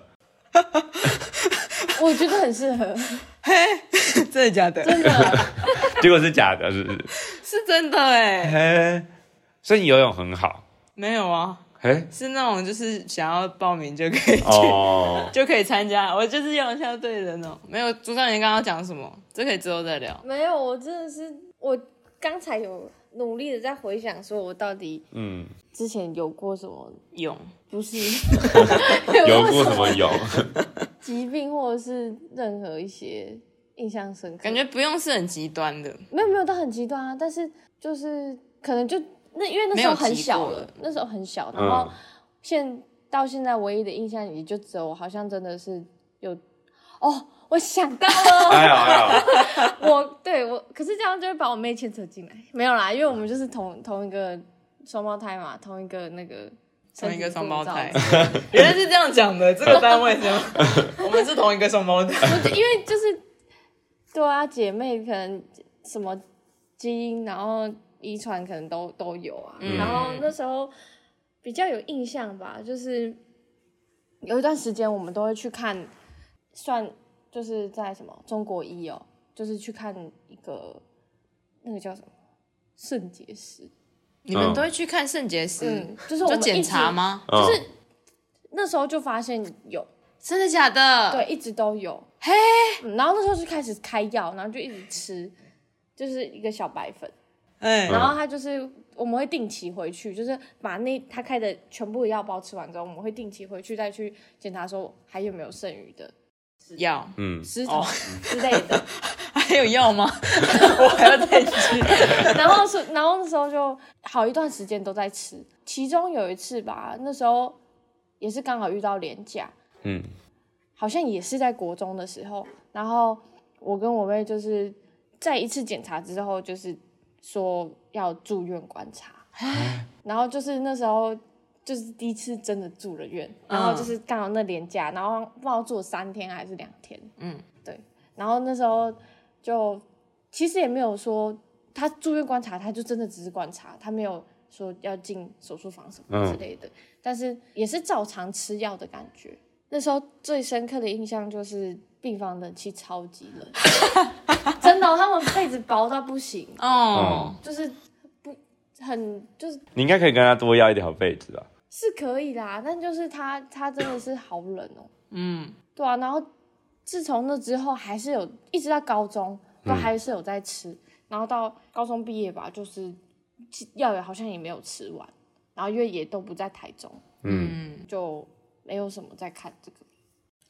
C: 我觉得很适合，
B: 嘿，真的假的？
C: 真的，
A: 结果是假的，是不是？
B: 是真的哎、
A: 欸，嘿，所以你游泳很好？
B: 没有啊，
A: 嘿，
B: 是那种就是想要报名就可以去，
A: 哦、
B: 就可以参加。我就是游泳校队的那种。没有，朱少年刚刚讲什么？这可以之后再聊。
C: 没有，我真的是我刚才有。努力的在回想，说我到底嗯之前有过什么
B: 泳，
C: 不是
A: 有过什么泳
C: 疾病，或者是任何一些印象深刻。
B: 感觉不用是很极端的，
C: 没有没有到很极端啊，但是就是可能就那因为那时候很小了，那时候很小，然后现、嗯、到现在唯一的印象也就只有我好像真的是有哦。我想到了，
A: 哎呀哎呀，
C: 我对我，可是这样就会把我妹牵扯进来，没有啦，因为我们就是同同一个双胞胎嘛，同一个那个
B: 同一个双胞胎，原来是这样讲的，这个单位是吗？我们是同一个双胞胎，
C: 因为就是对啊，姐妹可能什么基因，然后遗传可能都都有啊、嗯，然后那时候比较有印象吧，就是有一段时间我们都会去看，算。就是在什么中国医哦，就是去看一个那个叫什么肾结石，
B: 你们都会去看肾结石，
C: 嗯，就是我们
B: 检查吗？
C: 就是那时候就发现有，
B: 真的假的？
C: 对，一直都有，
B: 嘿、
C: 嗯，然后那时候就开始开药，然后就一直吃，就是一个小白粉，
B: 哎、
C: 然后他就是我们会定期回去，就是把那他开的全部的药包吃完之后，我们会定期回去再去检查说还有没有剩余的。
B: 药，
C: 嗯，石头之类的，哦、
B: 还有药吗？我还要再去。
C: 然后是，然后那时候就好一段时间都在吃。其中有一次吧，那时候也是刚好遇到连假，嗯，好像也是在国中的时候。然后我跟我妹就是在一次检查之后，就是说要住院观察，然后就是那时候。就是第一次真的住了院，然后就是刚好那连假，然后不知道住了三天还是两天，嗯，对，然后那时候就其实也没有说他住院观察，他就真的只是观察，他没有说要进手术房什么之类的，嗯、但是也是照常吃药的感觉。那时候最深刻的印象就是病房冷气超级冷，真的、哦，他们被子薄到不行哦，就是不很就是
A: 你应该可以跟他多要一条被子啊。
C: 是可以啦，但就是他他真的是好冷哦、喔。嗯，对啊，然后自从那之后，还是有一直到高中都还是有在吃，嗯、然后到高中毕业吧，就是药也好像也没有吃完，然后因为也都不在台中，嗯，就没有什么在看这个。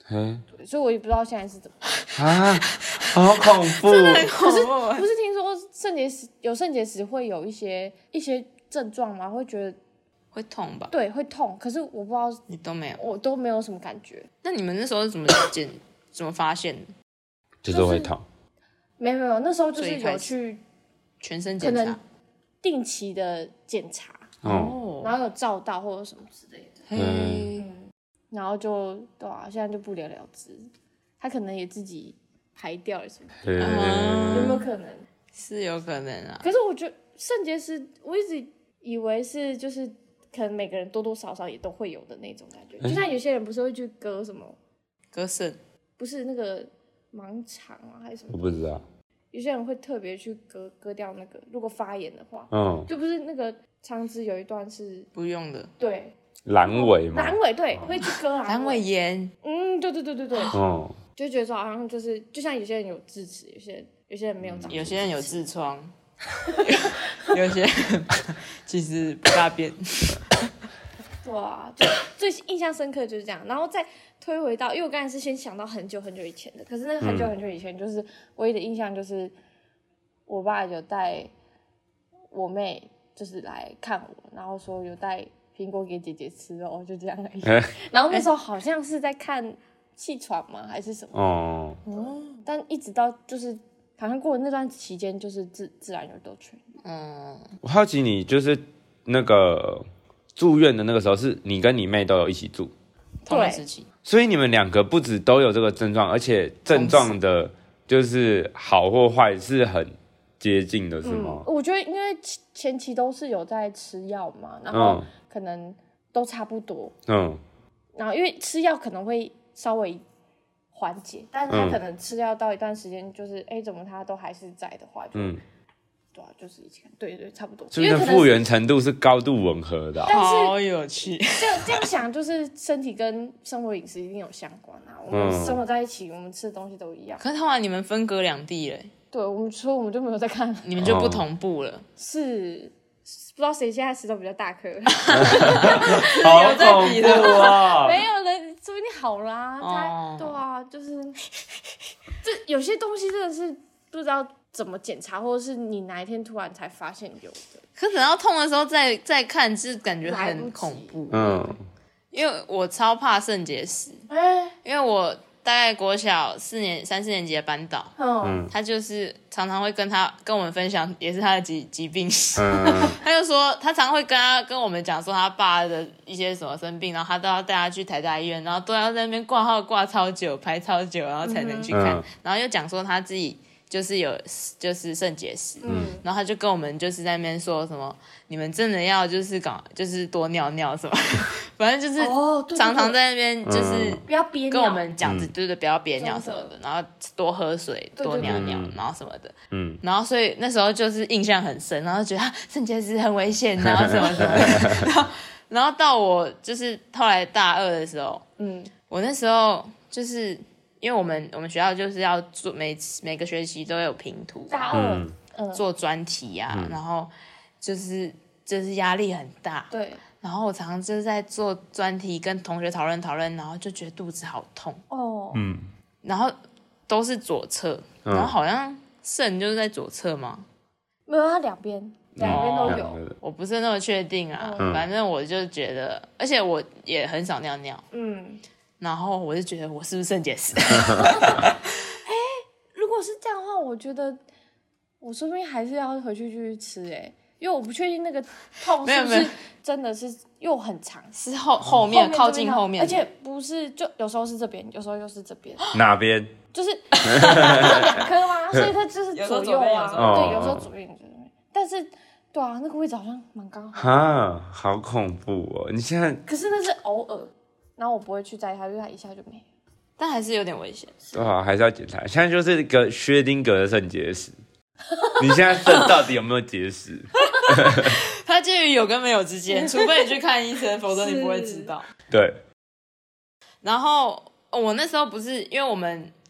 C: 嗯，对，所以我也不知道现在是怎么
A: 啊，好恐怖！
B: 真的很恐怖。
C: 不是不是听说肾结石有肾结石会有一些一些症状吗？会觉得
B: 会痛吧？
C: 对，会痛。可是我不知道，
B: 你都没有，
C: 我都没有什么感觉。
B: 那你们那时候是怎么检怎么发现的？
A: 就是会痛。
C: 没有没有，那时候就是有去
B: 全身检查，
C: 可能定期的检查，
A: 哦，
C: 然后有照到或者什么之类的。
B: 嗯，
C: 然后就对啊，现在就不了了之。他可能也自己排掉了什么，
B: 嗯、
C: 有没有可能？
B: 是有可能啊。
C: 可是我觉得肾结石，我一直以为是就是可能每个人多多少少也都会有的那种感觉，就像有些人不是会去割什么
B: 割肾，
C: 不是那个盲肠啊还是什么？
A: 我不知道。
C: 有些人会特别去割割掉那个，如果发炎的话，
A: 嗯，
C: 就不是那个肠子有一段是
B: 不用的，
C: 对，
A: 阑尾嘛，
C: 阑尾对，会去割
B: 阑尾炎，
C: 嗯，对对对对对，
A: 哦，
C: 就觉得说好像就是就像有些人有智齿，有些人有些人没有长，
B: 有些人有痔疮，有些人其实不大便。
C: 对啊，就最印象深刻就是这样，然后再推回到，因为我刚才是先想到很久很久以前的，可是那个很久很久以前，就是唯一的印象就是我爸有带我妹就是来看我，然后说有带苹果给姐姐吃哦，就这样而已。然后那时候好像是在看气喘吗还是什么？哦，但一直到就是好像过了那段期间，就是自自然就都痊愈。嗯，
A: 我好奇你就是那个住院的那个时候，是你跟你妹都有一起住，
B: 同一时期，
A: 所以你们两个不止都有这个症状，而且症状的就是好或坏是很接近的，是吗？
C: 嗯、我觉得因为前期都是有在吃药嘛，然后可能都差不多，嗯，然后因为吃药可能会稍微缓解，但是他可能吃药到一段时间，就是哎、嗯，怎么他都还是在的话，就。嗯对啊，就是以前对对差不多，
A: 所以的复原程度是高度吻合的、啊，
C: 但是
B: 好有趣。
C: 这样这样想，就是身体跟生活饮食一定有相关啊。我们生活在一起，我们吃的东西都一样。
B: 可是后来你们分隔两地嘞，
C: 对我们说我们就没有在看，
B: 你们就不同步了。
C: 是不知道谁现在石头比较大颗，
A: 好恐怖啊！
C: 没有人，说不定好啦。他对啊，就是这有些东西真的是不知道怎么检查，或者是你哪一天突然才发现有的。
B: 可等到痛的时候再再看，是感觉很恐怖。嗯，因为我超怕肾结石，欸、因为我大概国小四年三四年级的班导，嗯，他就是常常会跟他跟我们分享，也是他的疾疾病史。嗯、他就说他常会跟他跟我们讲说他爸的一些什么生病，然后他都要带他去台大医院，然后都要在那边挂号挂超久，排超久，然后才能去看，嗯、然后又讲说他自己。就是有就是肾结石，嗯，然后他就跟我们就是在那边说什么，你们真的要就是搞就是多尿尿什么，反正就是常常在那边就是
C: 不要憋尿，
B: 跟我们讲，对对对，不要憋尿什么的，然后多喝水，多尿尿，然后什么的，嗯，然后所以那时候就是印象很深，然后觉得肾结石很危险，然后什么什么的，然后然后到我就是后来大二的时候，嗯，我那时候就是。因为我们我们学校就是要做每每个学期都有评图，
C: 大二、
B: 嗯、做专题啊，嗯、然后就是就是压力很大，
C: 对。
B: 然后我常常就是在做专题，跟同学讨论讨论，然后就觉得肚子好痛哦，嗯，然后都是左侧，嗯、然后好像肾就是在左侧吗？
C: 没有，它两边两边都有、
B: 哦，我不是那么确定啊，嗯、反正我就觉得，而且我也很少尿尿，嗯。然后我就觉得我是不是肾结石？
C: 哎，如果是这样的话，我觉得我说不定还是要回去继续吃哎、欸，因为我不确定那个痛是不是真的是又很长，
B: 是后后面靠近后面，
C: 而且不是就有时候是这边，有时候又是这边。
A: 哪边？
C: 就是两颗吗？所以它就是左右啊，对，有时候左边，有时候右边，但是。对啊，那个位置好像蛮刚好。
A: 哈，好恐怖哦！你现在
C: 可是那是偶尔。然后我不会去摘它，因为它一下就没了，
B: 但还是有点危险。
A: 对啊，还是要检查。现在就是一个薛丁格的肾结石，你现在肾到底有没有结石？
B: 它介于有跟没有之间，除非你去看医生，否则你不会知道。
A: 对。
B: 然后我那时候不是因为我们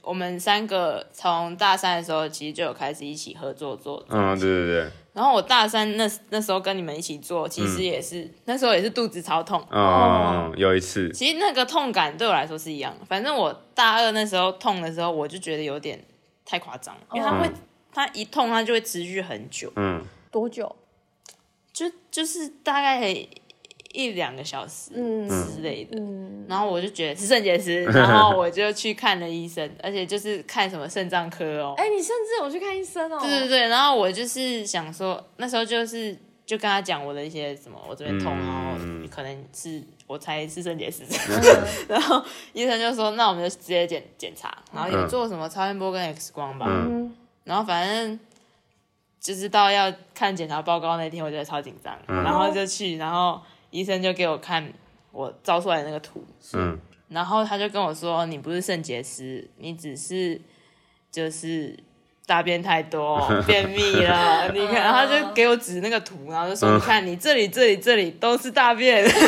B: 我们三个从大三的时候其实就有开始一起合作做，
A: 嗯，对对对。
B: 然后我大三那那时候跟你们一起做，其实也是、嗯、那时候也是肚子超痛。
A: 嗯，哦、有一次，
B: 其实那个痛感对我来说是一样的。反正我大二那时候痛的时候，我就觉得有点太夸张，因为它会、嗯，它一痛它就会持续很久。
C: 嗯，多久？
B: 就就是大概一两个小时之类的。嗯，然后我就觉得是肾结石，然后我就去看了医生，而且就是看什么肾脏科哦。
C: 哎、欸，你甚至有去看医生哦？
B: 对对对，然后我就是想说，那时候就是就跟他讲我的一些什么，我这边痛，嗯、然后可能是我猜是肾结石，嗯、然后医生就说，那我们就直接检检查，然后也做什么超音波跟 X 光吧，嗯、然后反正就是到要看检查报告那天，我觉得超紧张，嗯、然后就去，然后医生就给我看我照出来的那个图，嗯，然后他就跟我说，你不是肾结石，你只是就是大便太多便秘了，你看，然后他就给我指那个图，然后就说，嗯、你看你这里这里这里都是大便，然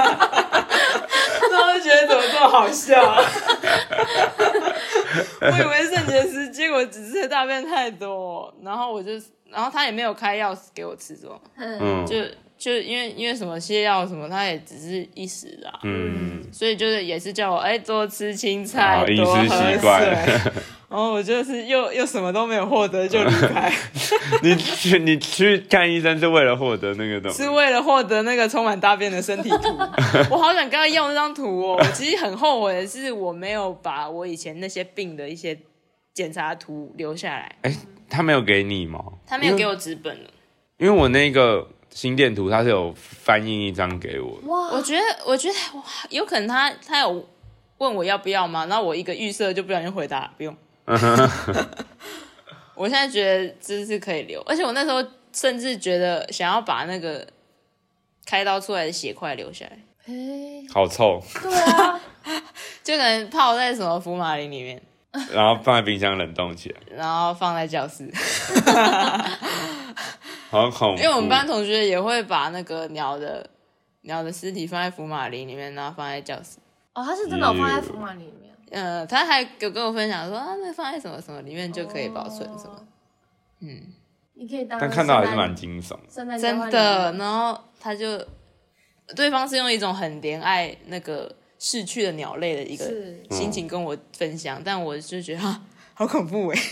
B: 后就觉得怎么这么好笑，啊，我以为肾结石，结果只是大便太多，然后我就，然后他也没有开药给我吃，说，嗯，就。就因为因为什么泻药什么，它也只是一时啦，嗯，所以就是也是叫我哎多吃青菜，多喝水，然后我就是又又什么都没有获得就离开。
A: 你去你去看医生是为了获得那个东西，
B: 是为了获得那个充满大便的身体图。我好想跟他要那张图哦，我其实很后悔的是我没有把我以前那些病的一些检查图留下来。
A: 哎，他没有给你吗？
B: 他没有给我纸本了，
A: 因为我那个。心电图他是有翻印一张给我，
B: 哇！我觉得，我觉得有可能他他有问我要不要吗？然后我一个预设就不小心回答不用。我现在觉得这是可以留，而且我那时候甚至觉得想要把那个开刀出来的血块留下来。
C: 欸、
A: 好臭。
C: 对啊，
B: 就可能泡在什么福马林里面，
A: 然后放在冰箱冷冻起来，
B: 然后放在教室。
A: 好恐怖，
B: 因为我们班同学也会把那个鸟的鸟的尸体放在福马林里面，然后放在教室。
C: 哦，他是真的有放在福马林里面。
B: 呃，他还有跟我分享说啊，那放在什么什么里面就可以保存什么。哦、嗯，
C: 你可以当。
A: 但看到还是蛮惊悚，
B: 真的。然后他就，对方是用一种很怜爱那个逝去的鸟类的一个心情跟我分享，嗯、但我就觉得啊，好恐怖哎。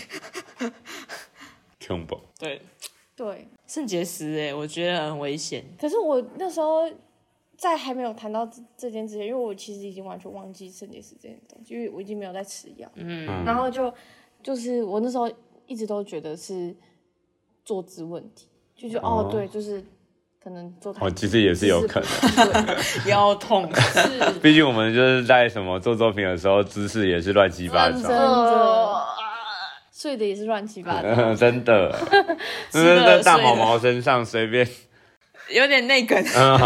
A: 恐怖。
B: 对。
C: 对，
B: 肾结石哎，我觉得很危险。
C: 可是我那时候在还没有谈到这这件之前，因为我其实已经完全忘记肾结石这件东西，因为我已经没有在吃药。嗯，然后就就是我那时候一直都觉得是坐姿问题，就觉得 哦, 哦对，就是可能坐太。
A: 哦，其实也是有可能，
B: 腰痛是。
A: 毕竟我们就是在什么做作品的时候，姿势也是乱七八糟。
C: 真的。睡的也是乱七八糟，
A: 真的，就是在大毛毛身上随便，
B: 有点内梗。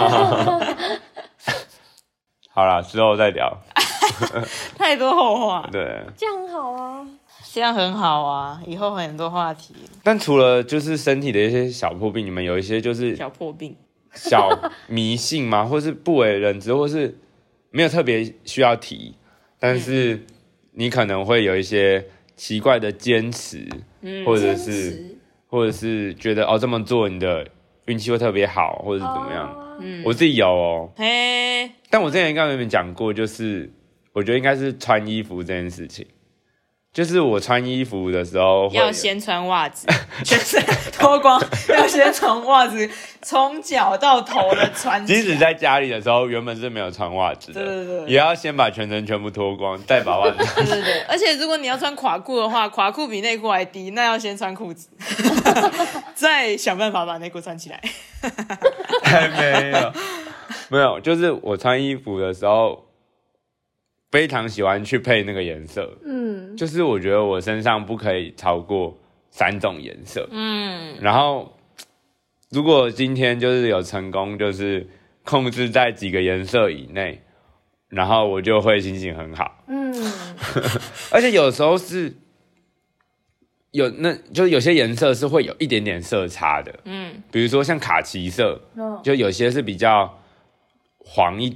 A: 好啦，之后再聊。
B: 太多后话。
A: 对，
C: 这样很好啊，
B: 这样很好啊，以后很多话题。
A: 但除了就是身体的一些小破病，你们有一些就是
B: 小破病、
A: 小迷信吗？或是不为人知，或是没有特别需要提，但是你可能会有一些。奇怪的坚持，嗯、或者是，或者是觉得哦这么做你的运气会特别好，或者是怎么样？哦、我自己有哦。嘿，但我之前跟你们讲过，就是我觉得应该是穿衣服这件事情。就是我穿衣服的时候会
B: 要先穿袜子，全身脱光，要先从袜子从脚到头的穿。
A: 即使在家里的时候，原本是没有穿袜子的，
B: 对对对，
A: 也要先把全身全部脱光，再把袜子。
B: 对对对，而且如果你要穿垮裤的话，垮裤比内裤还低，那要先穿裤子，再想办法把内裤穿起来。
A: 还没有，没有，就是我穿衣服的时候。非常喜欢去配那个颜色，嗯，就是我觉得我身上不可以超过三种颜色，嗯，然后如果今天就是有成功，就是控制在几个颜色以内，然后我就会心情很好，嗯，而且有时候是有那就是有些颜色是会有一点点色差的，嗯，比如说像卡其色，就有些是比较黄一点。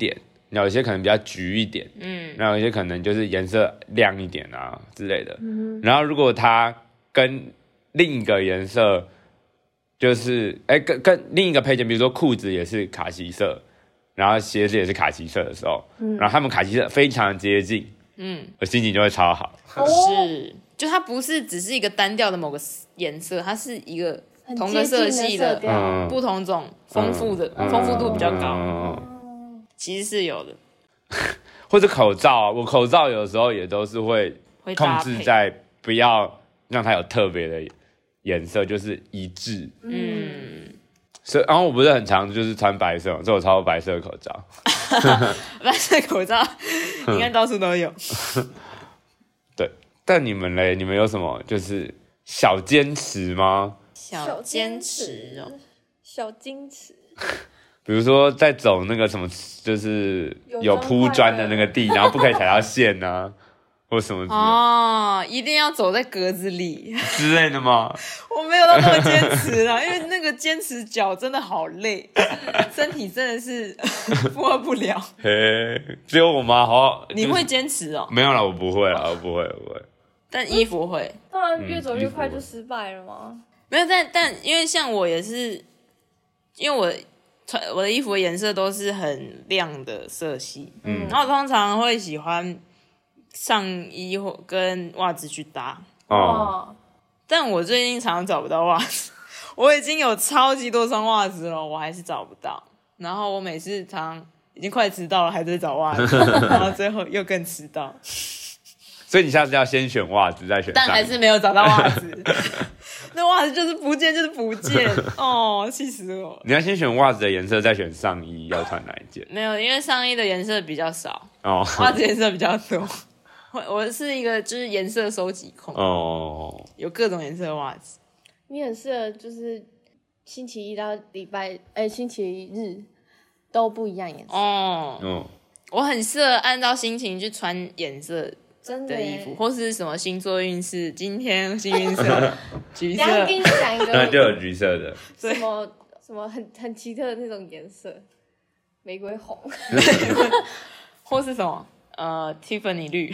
A: 有一些可能比较橘一点，嗯，然后有一些可能就是颜色亮一点啊之类的。嗯、然后如果它跟另一个颜色，就是哎、欸、跟跟另一个配件，比如说裤子也是卡其色，然后鞋子也是卡其色的时候，嗯、然后他们卡其色非常接近，嗯，我心情就会超好。
B: 是，就它不是只是一个单调的某个颜色，它是一个同个色系的，
C: 的
B: 不同种丰富的，丰、嗯、富度比较高。嗯、其实是有的。
A: 或者口罩，我口罩有时候也都是会控制在不要让它有特别的颜色，就是一致。嗯，所以然后我不是很常就是穿白色，所以我超多白色的口罩。
B: 白色口罩应该到处都有。
A: 对，但你们嘞，你们有什么就是小坚持吗？
B: 小坚持哦，
C: 小矜持。
A: 比如说在走那个什么，就是有铺砖的那个地，然后不可以踩到线啊，或什么之类的。
B: 哦，一定要走在格子里
A: 之类的吗？
B: 我没有到那么坚持啦，因为那个坚持脚真的好累，身体真的是负荷不了。
A: 嘿，只有我妈好。
B: 你会坚持哦？
A: 没有啦，我不会啦，我不会，我不会。
B: 但衣服会。
C: 当然，越走越快就失败了吗？
B: 嗯、没有，但但因为像我也是，因为我。我的衣服的颜色都是很亮的色系，嗯，然后我通常会喜欢上衣或跟袜子去搭，哦，但我最近常常找不到袜子，我已经有超级多双袜子了，我还是找不到，然后我每次常已经快迟到了，还在找袜子，然后最后又更迟到，
A: 所以你下次要先选袜子再选，
B: 但还是没有找到袜子。那袜子就是不见，就是不见哦，气死我！
A: 你要先选袜子的颜色，再选上衣要穿哪一件？
B: 没有，因为上衣的颜色比较少，哦，袜子颜色比较多。我我是一个就是颜色收集控哦，有各种颜色的袜子。
C: 你很适合就是星期一到礼拜哎、欸、星期日都不一样颜色哦。
B: 嗯，我很适合按照心情去穿颜色。的衣服，或是什么星座运势，今天幸运色橘色。
C: 我跟你讲一个，
A: 那就有橘色的，
C: 什么什么很很奇特的那种颜色，玫瑰红，
B: 或是什么呃 Tiffany 绿，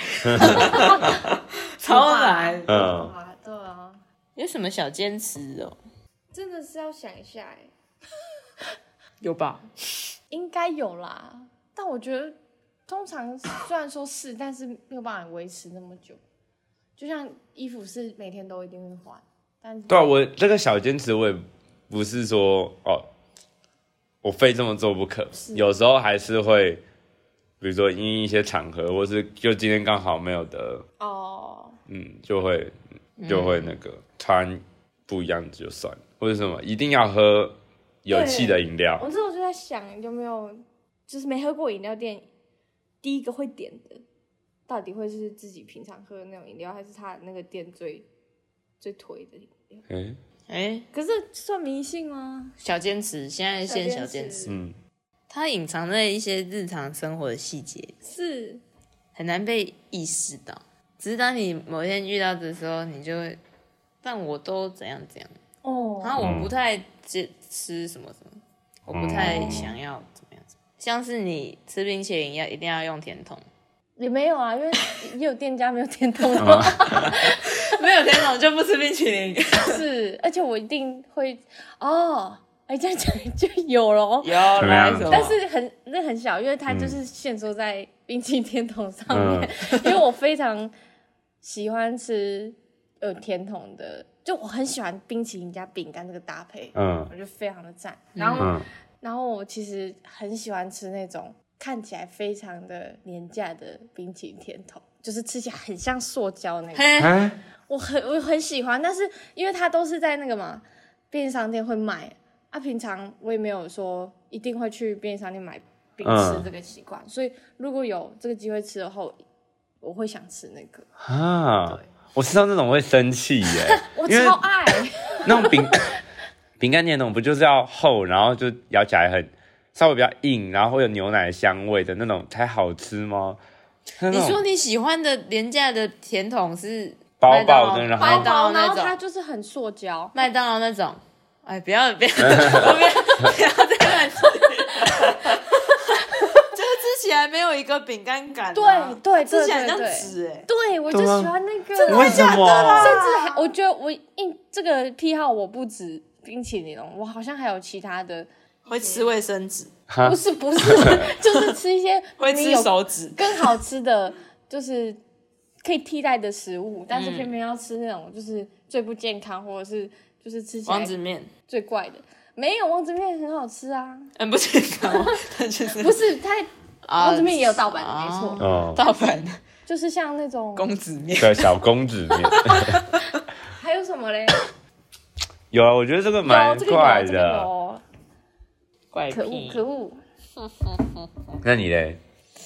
B: 超难。嗯，对啊，有什么小坚持哦？
C: 真的是要想一下哎，
B: 有吧？
C: 应该有啦，但我觉得。通常虽然说是，但是没有办法维持那么久。就像衣服是每天都一定会换，但
A: 对啊，我这个小坚持我也不是说哦，我非这么做不可，有时候还是会，比如说因一些场合，或是就今天刚好没有得哦，嗯，就会就会那个、嗯、穿不一样就算了，或者什么一定要喝有气的饮料。
C: 我这时候就在想，有没有就是没喝过饮料店。第一个会点的，到底会是自己平常喝的那种饮料，还是他那个店最最推的饮料？哎、欸欸、可是算迷信吗？
B: 小坚持，现在现小坚持，嗯，它隐藏在一些日常生活的细节，
C: 是
B: 很难被意识到。只是当你某一天遇到的时候，你就会，但我都怎样怎样哦，然后我不太吃吃什么什么，我不太想要。像是你吃冰淇淋要一定要用甜筒，
C: 也没有啊，因为也有店家没有甜筒的，
B: 没有甜筒就不吃冰淇淋。
C: 是，而且我一定会哦，哎，这样讲就有了，
B: 有来什么？
C: 但是很那很小，因为它就是限缩在冰淇淋甜筒上面，嗯、因为我非常喜欢吃有甜筒的，就我很喜欢冰淇淋加饼干这个搭配，嗯，我觉得非常的赞，然后。嗯然后我其实很喜欢吃那种看起来非常的廉价的冰淇淋甜筒，就是吃起来很像塑胶那个，我很我很喜欢。但是因为它都是在那个嘛便利商店会卖啊，平常我也没有说一定会去便利商店买冰吃这个习惯，嗯、所以如果有这个机会吃的话，我会想吃那个
A: 啊。对，我吃到那种会生气耶，
C: 我超爱
A: 那种饼。饼干甜筒不就是要厚，然后就咬起来很稍微比较硬，然后会有牛奶香味的那种才好吃吗？
B: 你说你喜欢的廉价的甜筒是
A: 薄薄的，
B: 然后麦当劳那种，
C: 然后它就是很塑胶，
B: 麦当劳那种。哎，不要不要，我不要不要再乱说。就是之起来没有一个饼干感、啊，
C: 对对，
B: 吃起来像纸哎。
C: 对，我就喜欢那个，
B: 真的假的啦？
C: 甚至还我觉得我印这个癖好，我不止冰淇淋哦，我好像还有其他的，
B: 会吃卫生纸，
C: 不是不是，就是吃一些
B: 会吃手指
C: 更好吃的，就是可以替代的食物，但是偏偏要吃那种就是最不健康，或者是就是吃起来
B: 王子面
C: 最怪的。没有，王子面很好吃啊，
B: 很不健康，但就是
C: 不是它王子面也有盗版的，没错，
A: 哦，
B: 盗版的
C: 就是像那种
B: 公子面，
A: 对，小公子面。
C: 还有什么嘞？
A: 有啊，我觉得这个蛮怪的，
C: 这个有
B: 怪
C: 可恶
B: 癖，
C: 可恶。
A: 那你嘞？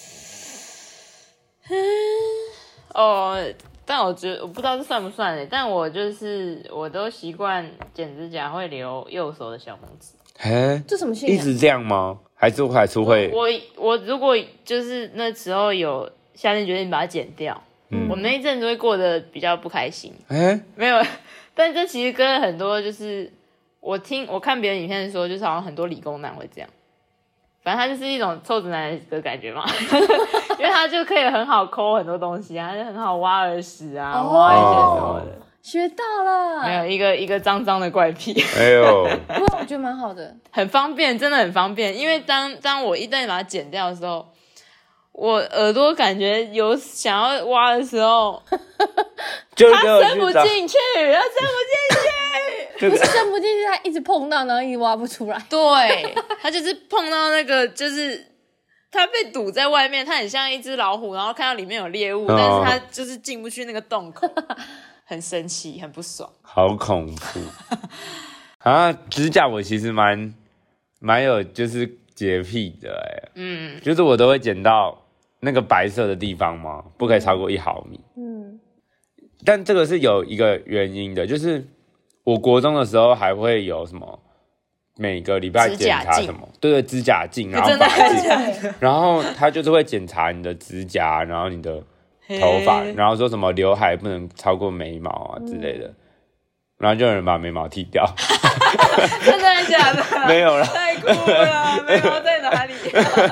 B: 哦，但我觉得我不知道这算不算嘞，但我就是我都习惯剪指甲会留右手的小拇指。
A: 哎，
C: 这什么信仰？
A: 一直这样吗？还是还是会？
B: 我我如果就是那时候有下定决定把它剪掉，嗯、我那一阵子会过得比较不开心。
A: 哎，
B: 没有，但这其实跟很多就是我听我看别人影片说，就是好像很多理工男会这样。反正他就是一种臭直男的感觉嘛，因为他就可以很好抠很多东西啊，就很好挖耳屎啊，哦、挖一些什么的。
C: 学到了，
B: 没有一个一个脏脏的怪癖。
A: 哎呦，
C: 不过我觉得蛮好的，
B: 很方便，真的很方便。因为当当我一旦把它剪掉的时候，我耳朵感觉有想要挖的时候，
A: 就
B: 它伸不进去，它伸不进去，
C: 不是伸不进去，它一直碰到，然后一直挖不出来。
B: 对，它就是碰到那个，就是它被堵在外面，它很像一只老虎，然后看到里面有猎物，哦、但是它就是进不去那个洞口，很生气，很不爽，
A: 好恐怖啊！指甲我其实蛮蛮有就是洁癖的哎、欸，嗯，就是我都会剪到那个白色的地方嘛，不可以超过一毫米，嗯，但这个是有一个原因的，就是我国中的时候还会有什么。每个礼拜检查什么？对对，指甲镜，然后发镜，然后他就是会检查你的指甲，然后你的头发，然后说什么刘海不能超过眉毛啊之类的，嗯、然后就有人把眉毛剃掉。
B: 真的假的？
A: 没有啦，
B: 太酷了！眉毛在哪里？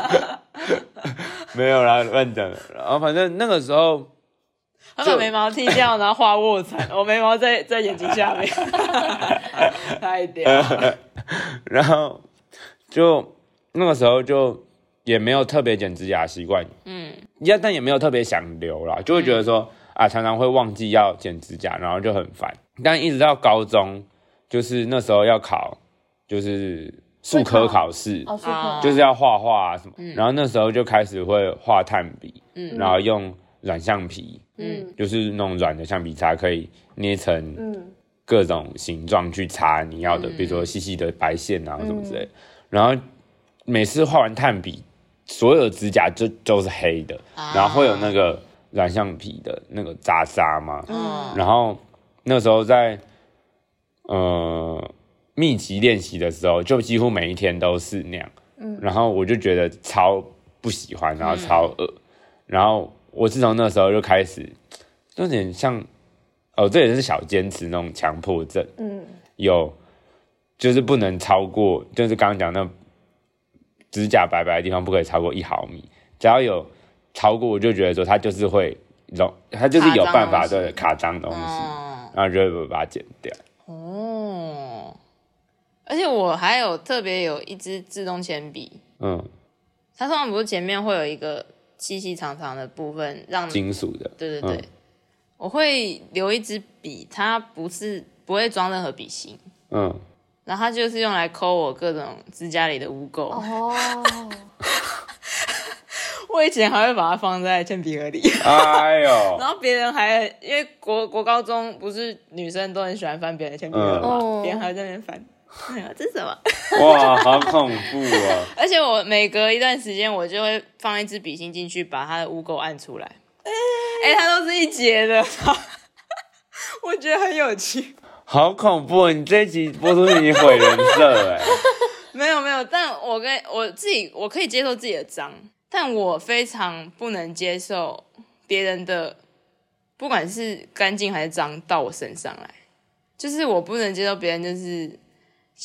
A: 没有啦，乱讲的。然后反正那个时候，
B: 他把眉毛剃掉，然后画卧蚕，我眉毛在在眼睛下面，太屌了。
A: 然后就那个时候就也没有特别剪指甲的习惯，嗯，但也没有特别想留啦，就会觉得说、嗯、啊，常常会忘记要剪指甲，然后就很烦。但一直到高中，就是那时候要考，就是术科考试，
C: 哦、
A: 就是要画画啊什么、嗯，然后那时候就开始会画炭笔，嗯，然后用软橡皮，嗯，就是那种软的橡皮擦可以捏成，嗯。各种形状去擦你要的，比如说细细的白线啊什么之类的、嗯。然后每次画完炭笔，所有的指甲就都是黑的、啊，然后会有那个软橡皮的那个渣渣嘛。嗯。然后那时候在呃密集练习的时候，就几乎每一天都是那样。嗯。然后我就觉得超不喜欢，然后超恶、嗯。然后我自从那时候就开始，有点像。哦，这也是小坚持那种强迫症，嗯，有就是不能超过，就是刚刚讲那指甲白白的地方不可以超过一毫米，只要有超过，我就觉得说它就是会容，它就是有办法的卡脏东西，嗯、然后就会把它剪掉。
B: 哦，而且我还有特别有一支自动铅笔，嗯，它通常不是前面会有一个细细长长的部分让
A: 金属的，
B: 对对对。嗯，我会留一支笔，它不是不会装任何笔芯，嗯，然后它就是用来抠我各种指甲里的污垢。哦，我以前还会把它放在铅笔盒里，
A: 哎呦，
B: 然后别人还因为国国高中不是女生都很喜欢翻别人的铅笔盒嘛，嗯、别人还在那边翻，哎呀，这是什么？
A: 哇，好恐怖啊！
B: 而且我每隔一段时间，我就会放一支笔芯进去，把它的污垢按出来。哎、欸，它都是一节的，我觉得很有趣。
A: 好恐怖！你这一集播出去，你毁人设哎。
B: 没有没有，但我跟我自己，我可以接受自己的脏，但我非常不能接受别人的，不管是干净还是脏，到我身上来。就是我不能接受别人就是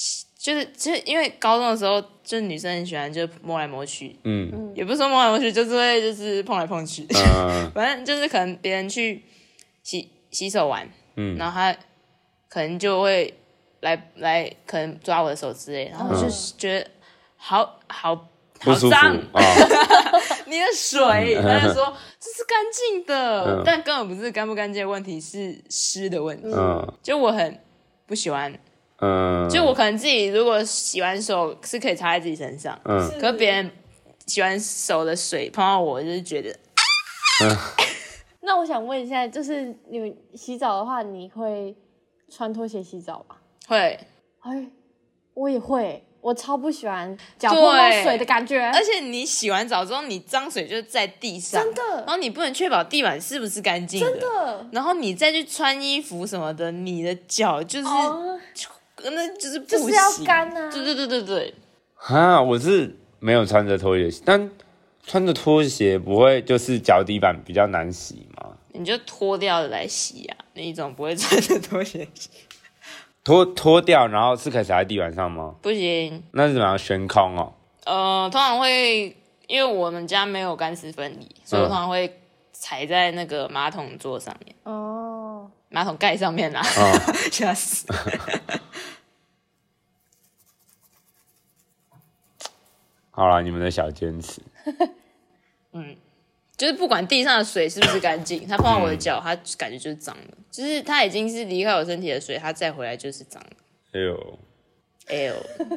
B: 就是就是因为高中的时候，就是女生很喜欢就摸来摸去，
A: 嗯，
B: 也不是说摸来摸去，就是会就是碰来碰去，嗯、反正就是可能别人去洗洗手玩，嗯，然后他可能就会来来可能抓我的手之类，然后就是觉得好好好脏，哦、你的水，他就说这是干净的，嗯、但根本不是干不干净的问题，是湿的问题，嗯，就我很不喜欢。嗯，就我可能自己如果洗完手是可以擦在自己身上，嗯，可是别人洗完手的水碰到我，就是觉得。
C: 嗯、那我想问一下，就是你们洗澡的话，你会穿拖鞋洗澡吗？
B: 会，
C: 哎，我也会，我超不喜欢脚碰到水的感觉。
B: 而且你洗完澡之后，你脏水就在地上，
C: 真的，
B: 然后你不能确保地板是不是干净的，
C: 真的，
B: 然后你再去穿衣服什么的，你的脚就是。哦那就是不
C: 就是要干啊！
B: 对对对对对。
A: 哈，我是没有穿着拖鞋洗，但穿着拖鞋不会就是脚底板比较难洗吗？
B: 你就脱掉来洗啊，那一种不会穿着拖鞋洗。
A: 脱脱掉，然后是可以踩在地板上吗？
B: 不行。
A: 那是怎么样悬空哦？
B: 呃，通常会，因为我们家没有干湿分离，所以我通常会踩在那个马桶座上面。哦。马桶盖上面啦，吓、哦、死！
A: 好啦，你们的小坚持。
B: 嗯，就是不管地上的水是不是干净，它碰到我的脚，它感觉就是脏的。就是它已经是离开我身体的水，它再回来就是脏的。
A: 哎呦，
B: 哎呦，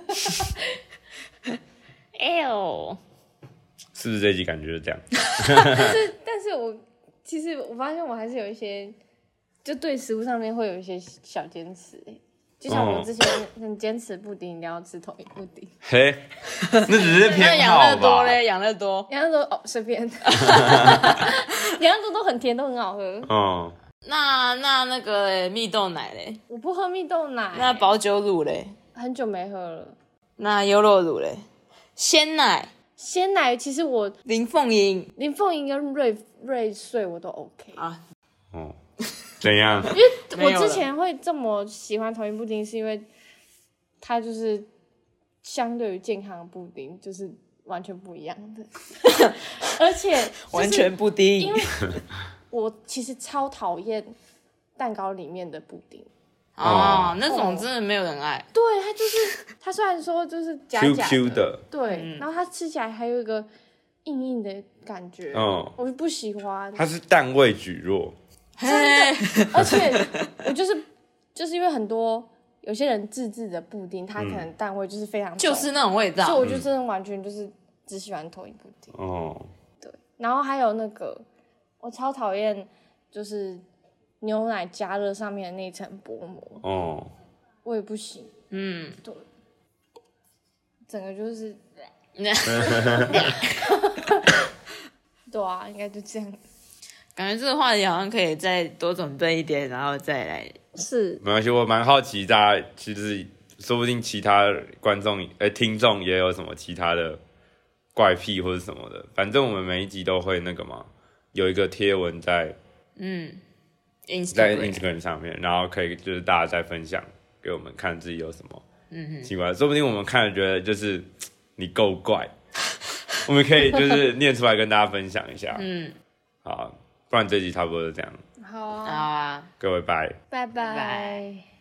B: 哎呦，
A: 是不是这一集感觉是这样？
C: 但是，但是我其实我发现我还是有一些。就对食物上面会有一些小坚持，就像我之前很坚持布丁一定要吃统一布丁。
A: 嘿，那只是偏好吧？
B: 养乐多嘞，养乐多，
C: 养乐多哦，随便。养乐多都很甜，都很好喝。
A: 嗯，
B: 那那那个蜜豆奶嘞？
C: 我不喝蜜豆奶。
B: 那保酒乳嘞？
C: 很久没喝了。
B: 那优酪乳嘞？鲜奶？
C: 鲜奶其实我
B: 林凤营、
C: 林凤营跟瑞瑞穗我都 OK
B: 啊。
A: 哦。怎样？
C: 因为我之前会这么喜欢统一布丁，是因为它就是相对于健康的布丁，就是完全不一样的，而且、就是、
B: 完全布丁。
C: 因为我其实超讨厌蛋糕里面的布丁
B: 哦，哦那种真的没有人爱。
C: 对，它就是它虽然说就是假假的
A: Q Q 的，
C: 对、嗯，然后它吃起来还有一个硬硬的感觉，嗯，我就不喜欢。
A: 它是蛋味蒟蒻。
C: 真的，而且我就是就是因为很多有些人自制的布丁，它可能蛋味就是非常重，
B: 就是那种味道，
C: 所以我就真的完全就是只喜欢统一布丁。哦，对，然后还有那个我超讨厌就是牛奶加热上面的那层薄膜，哦，我也不行，嗯，对，整个就是，对啊，应该就这样。
B: 感觉这个话题好像可以再多准备一点，然后再来。
C: 是，
A: 没关系，我蛮好奇大家，其实说不定其他观众、呃听众也有什么其他的怪癖或者什么的。反正我们每一集都会那个嘛，有一个贴文在，嗯，在 Instagram 上面，然后可以就是大家再分享给我们看自己有什么，嗯哼，奇怪，说不定我们看了觉得就是你够怪，我们可以就是念出来跟大家分享一下，嗯，好。不然这集差不多就这样。
C: 好啊，
B: 好啊，
A: 各位拜，
C: 拜拜。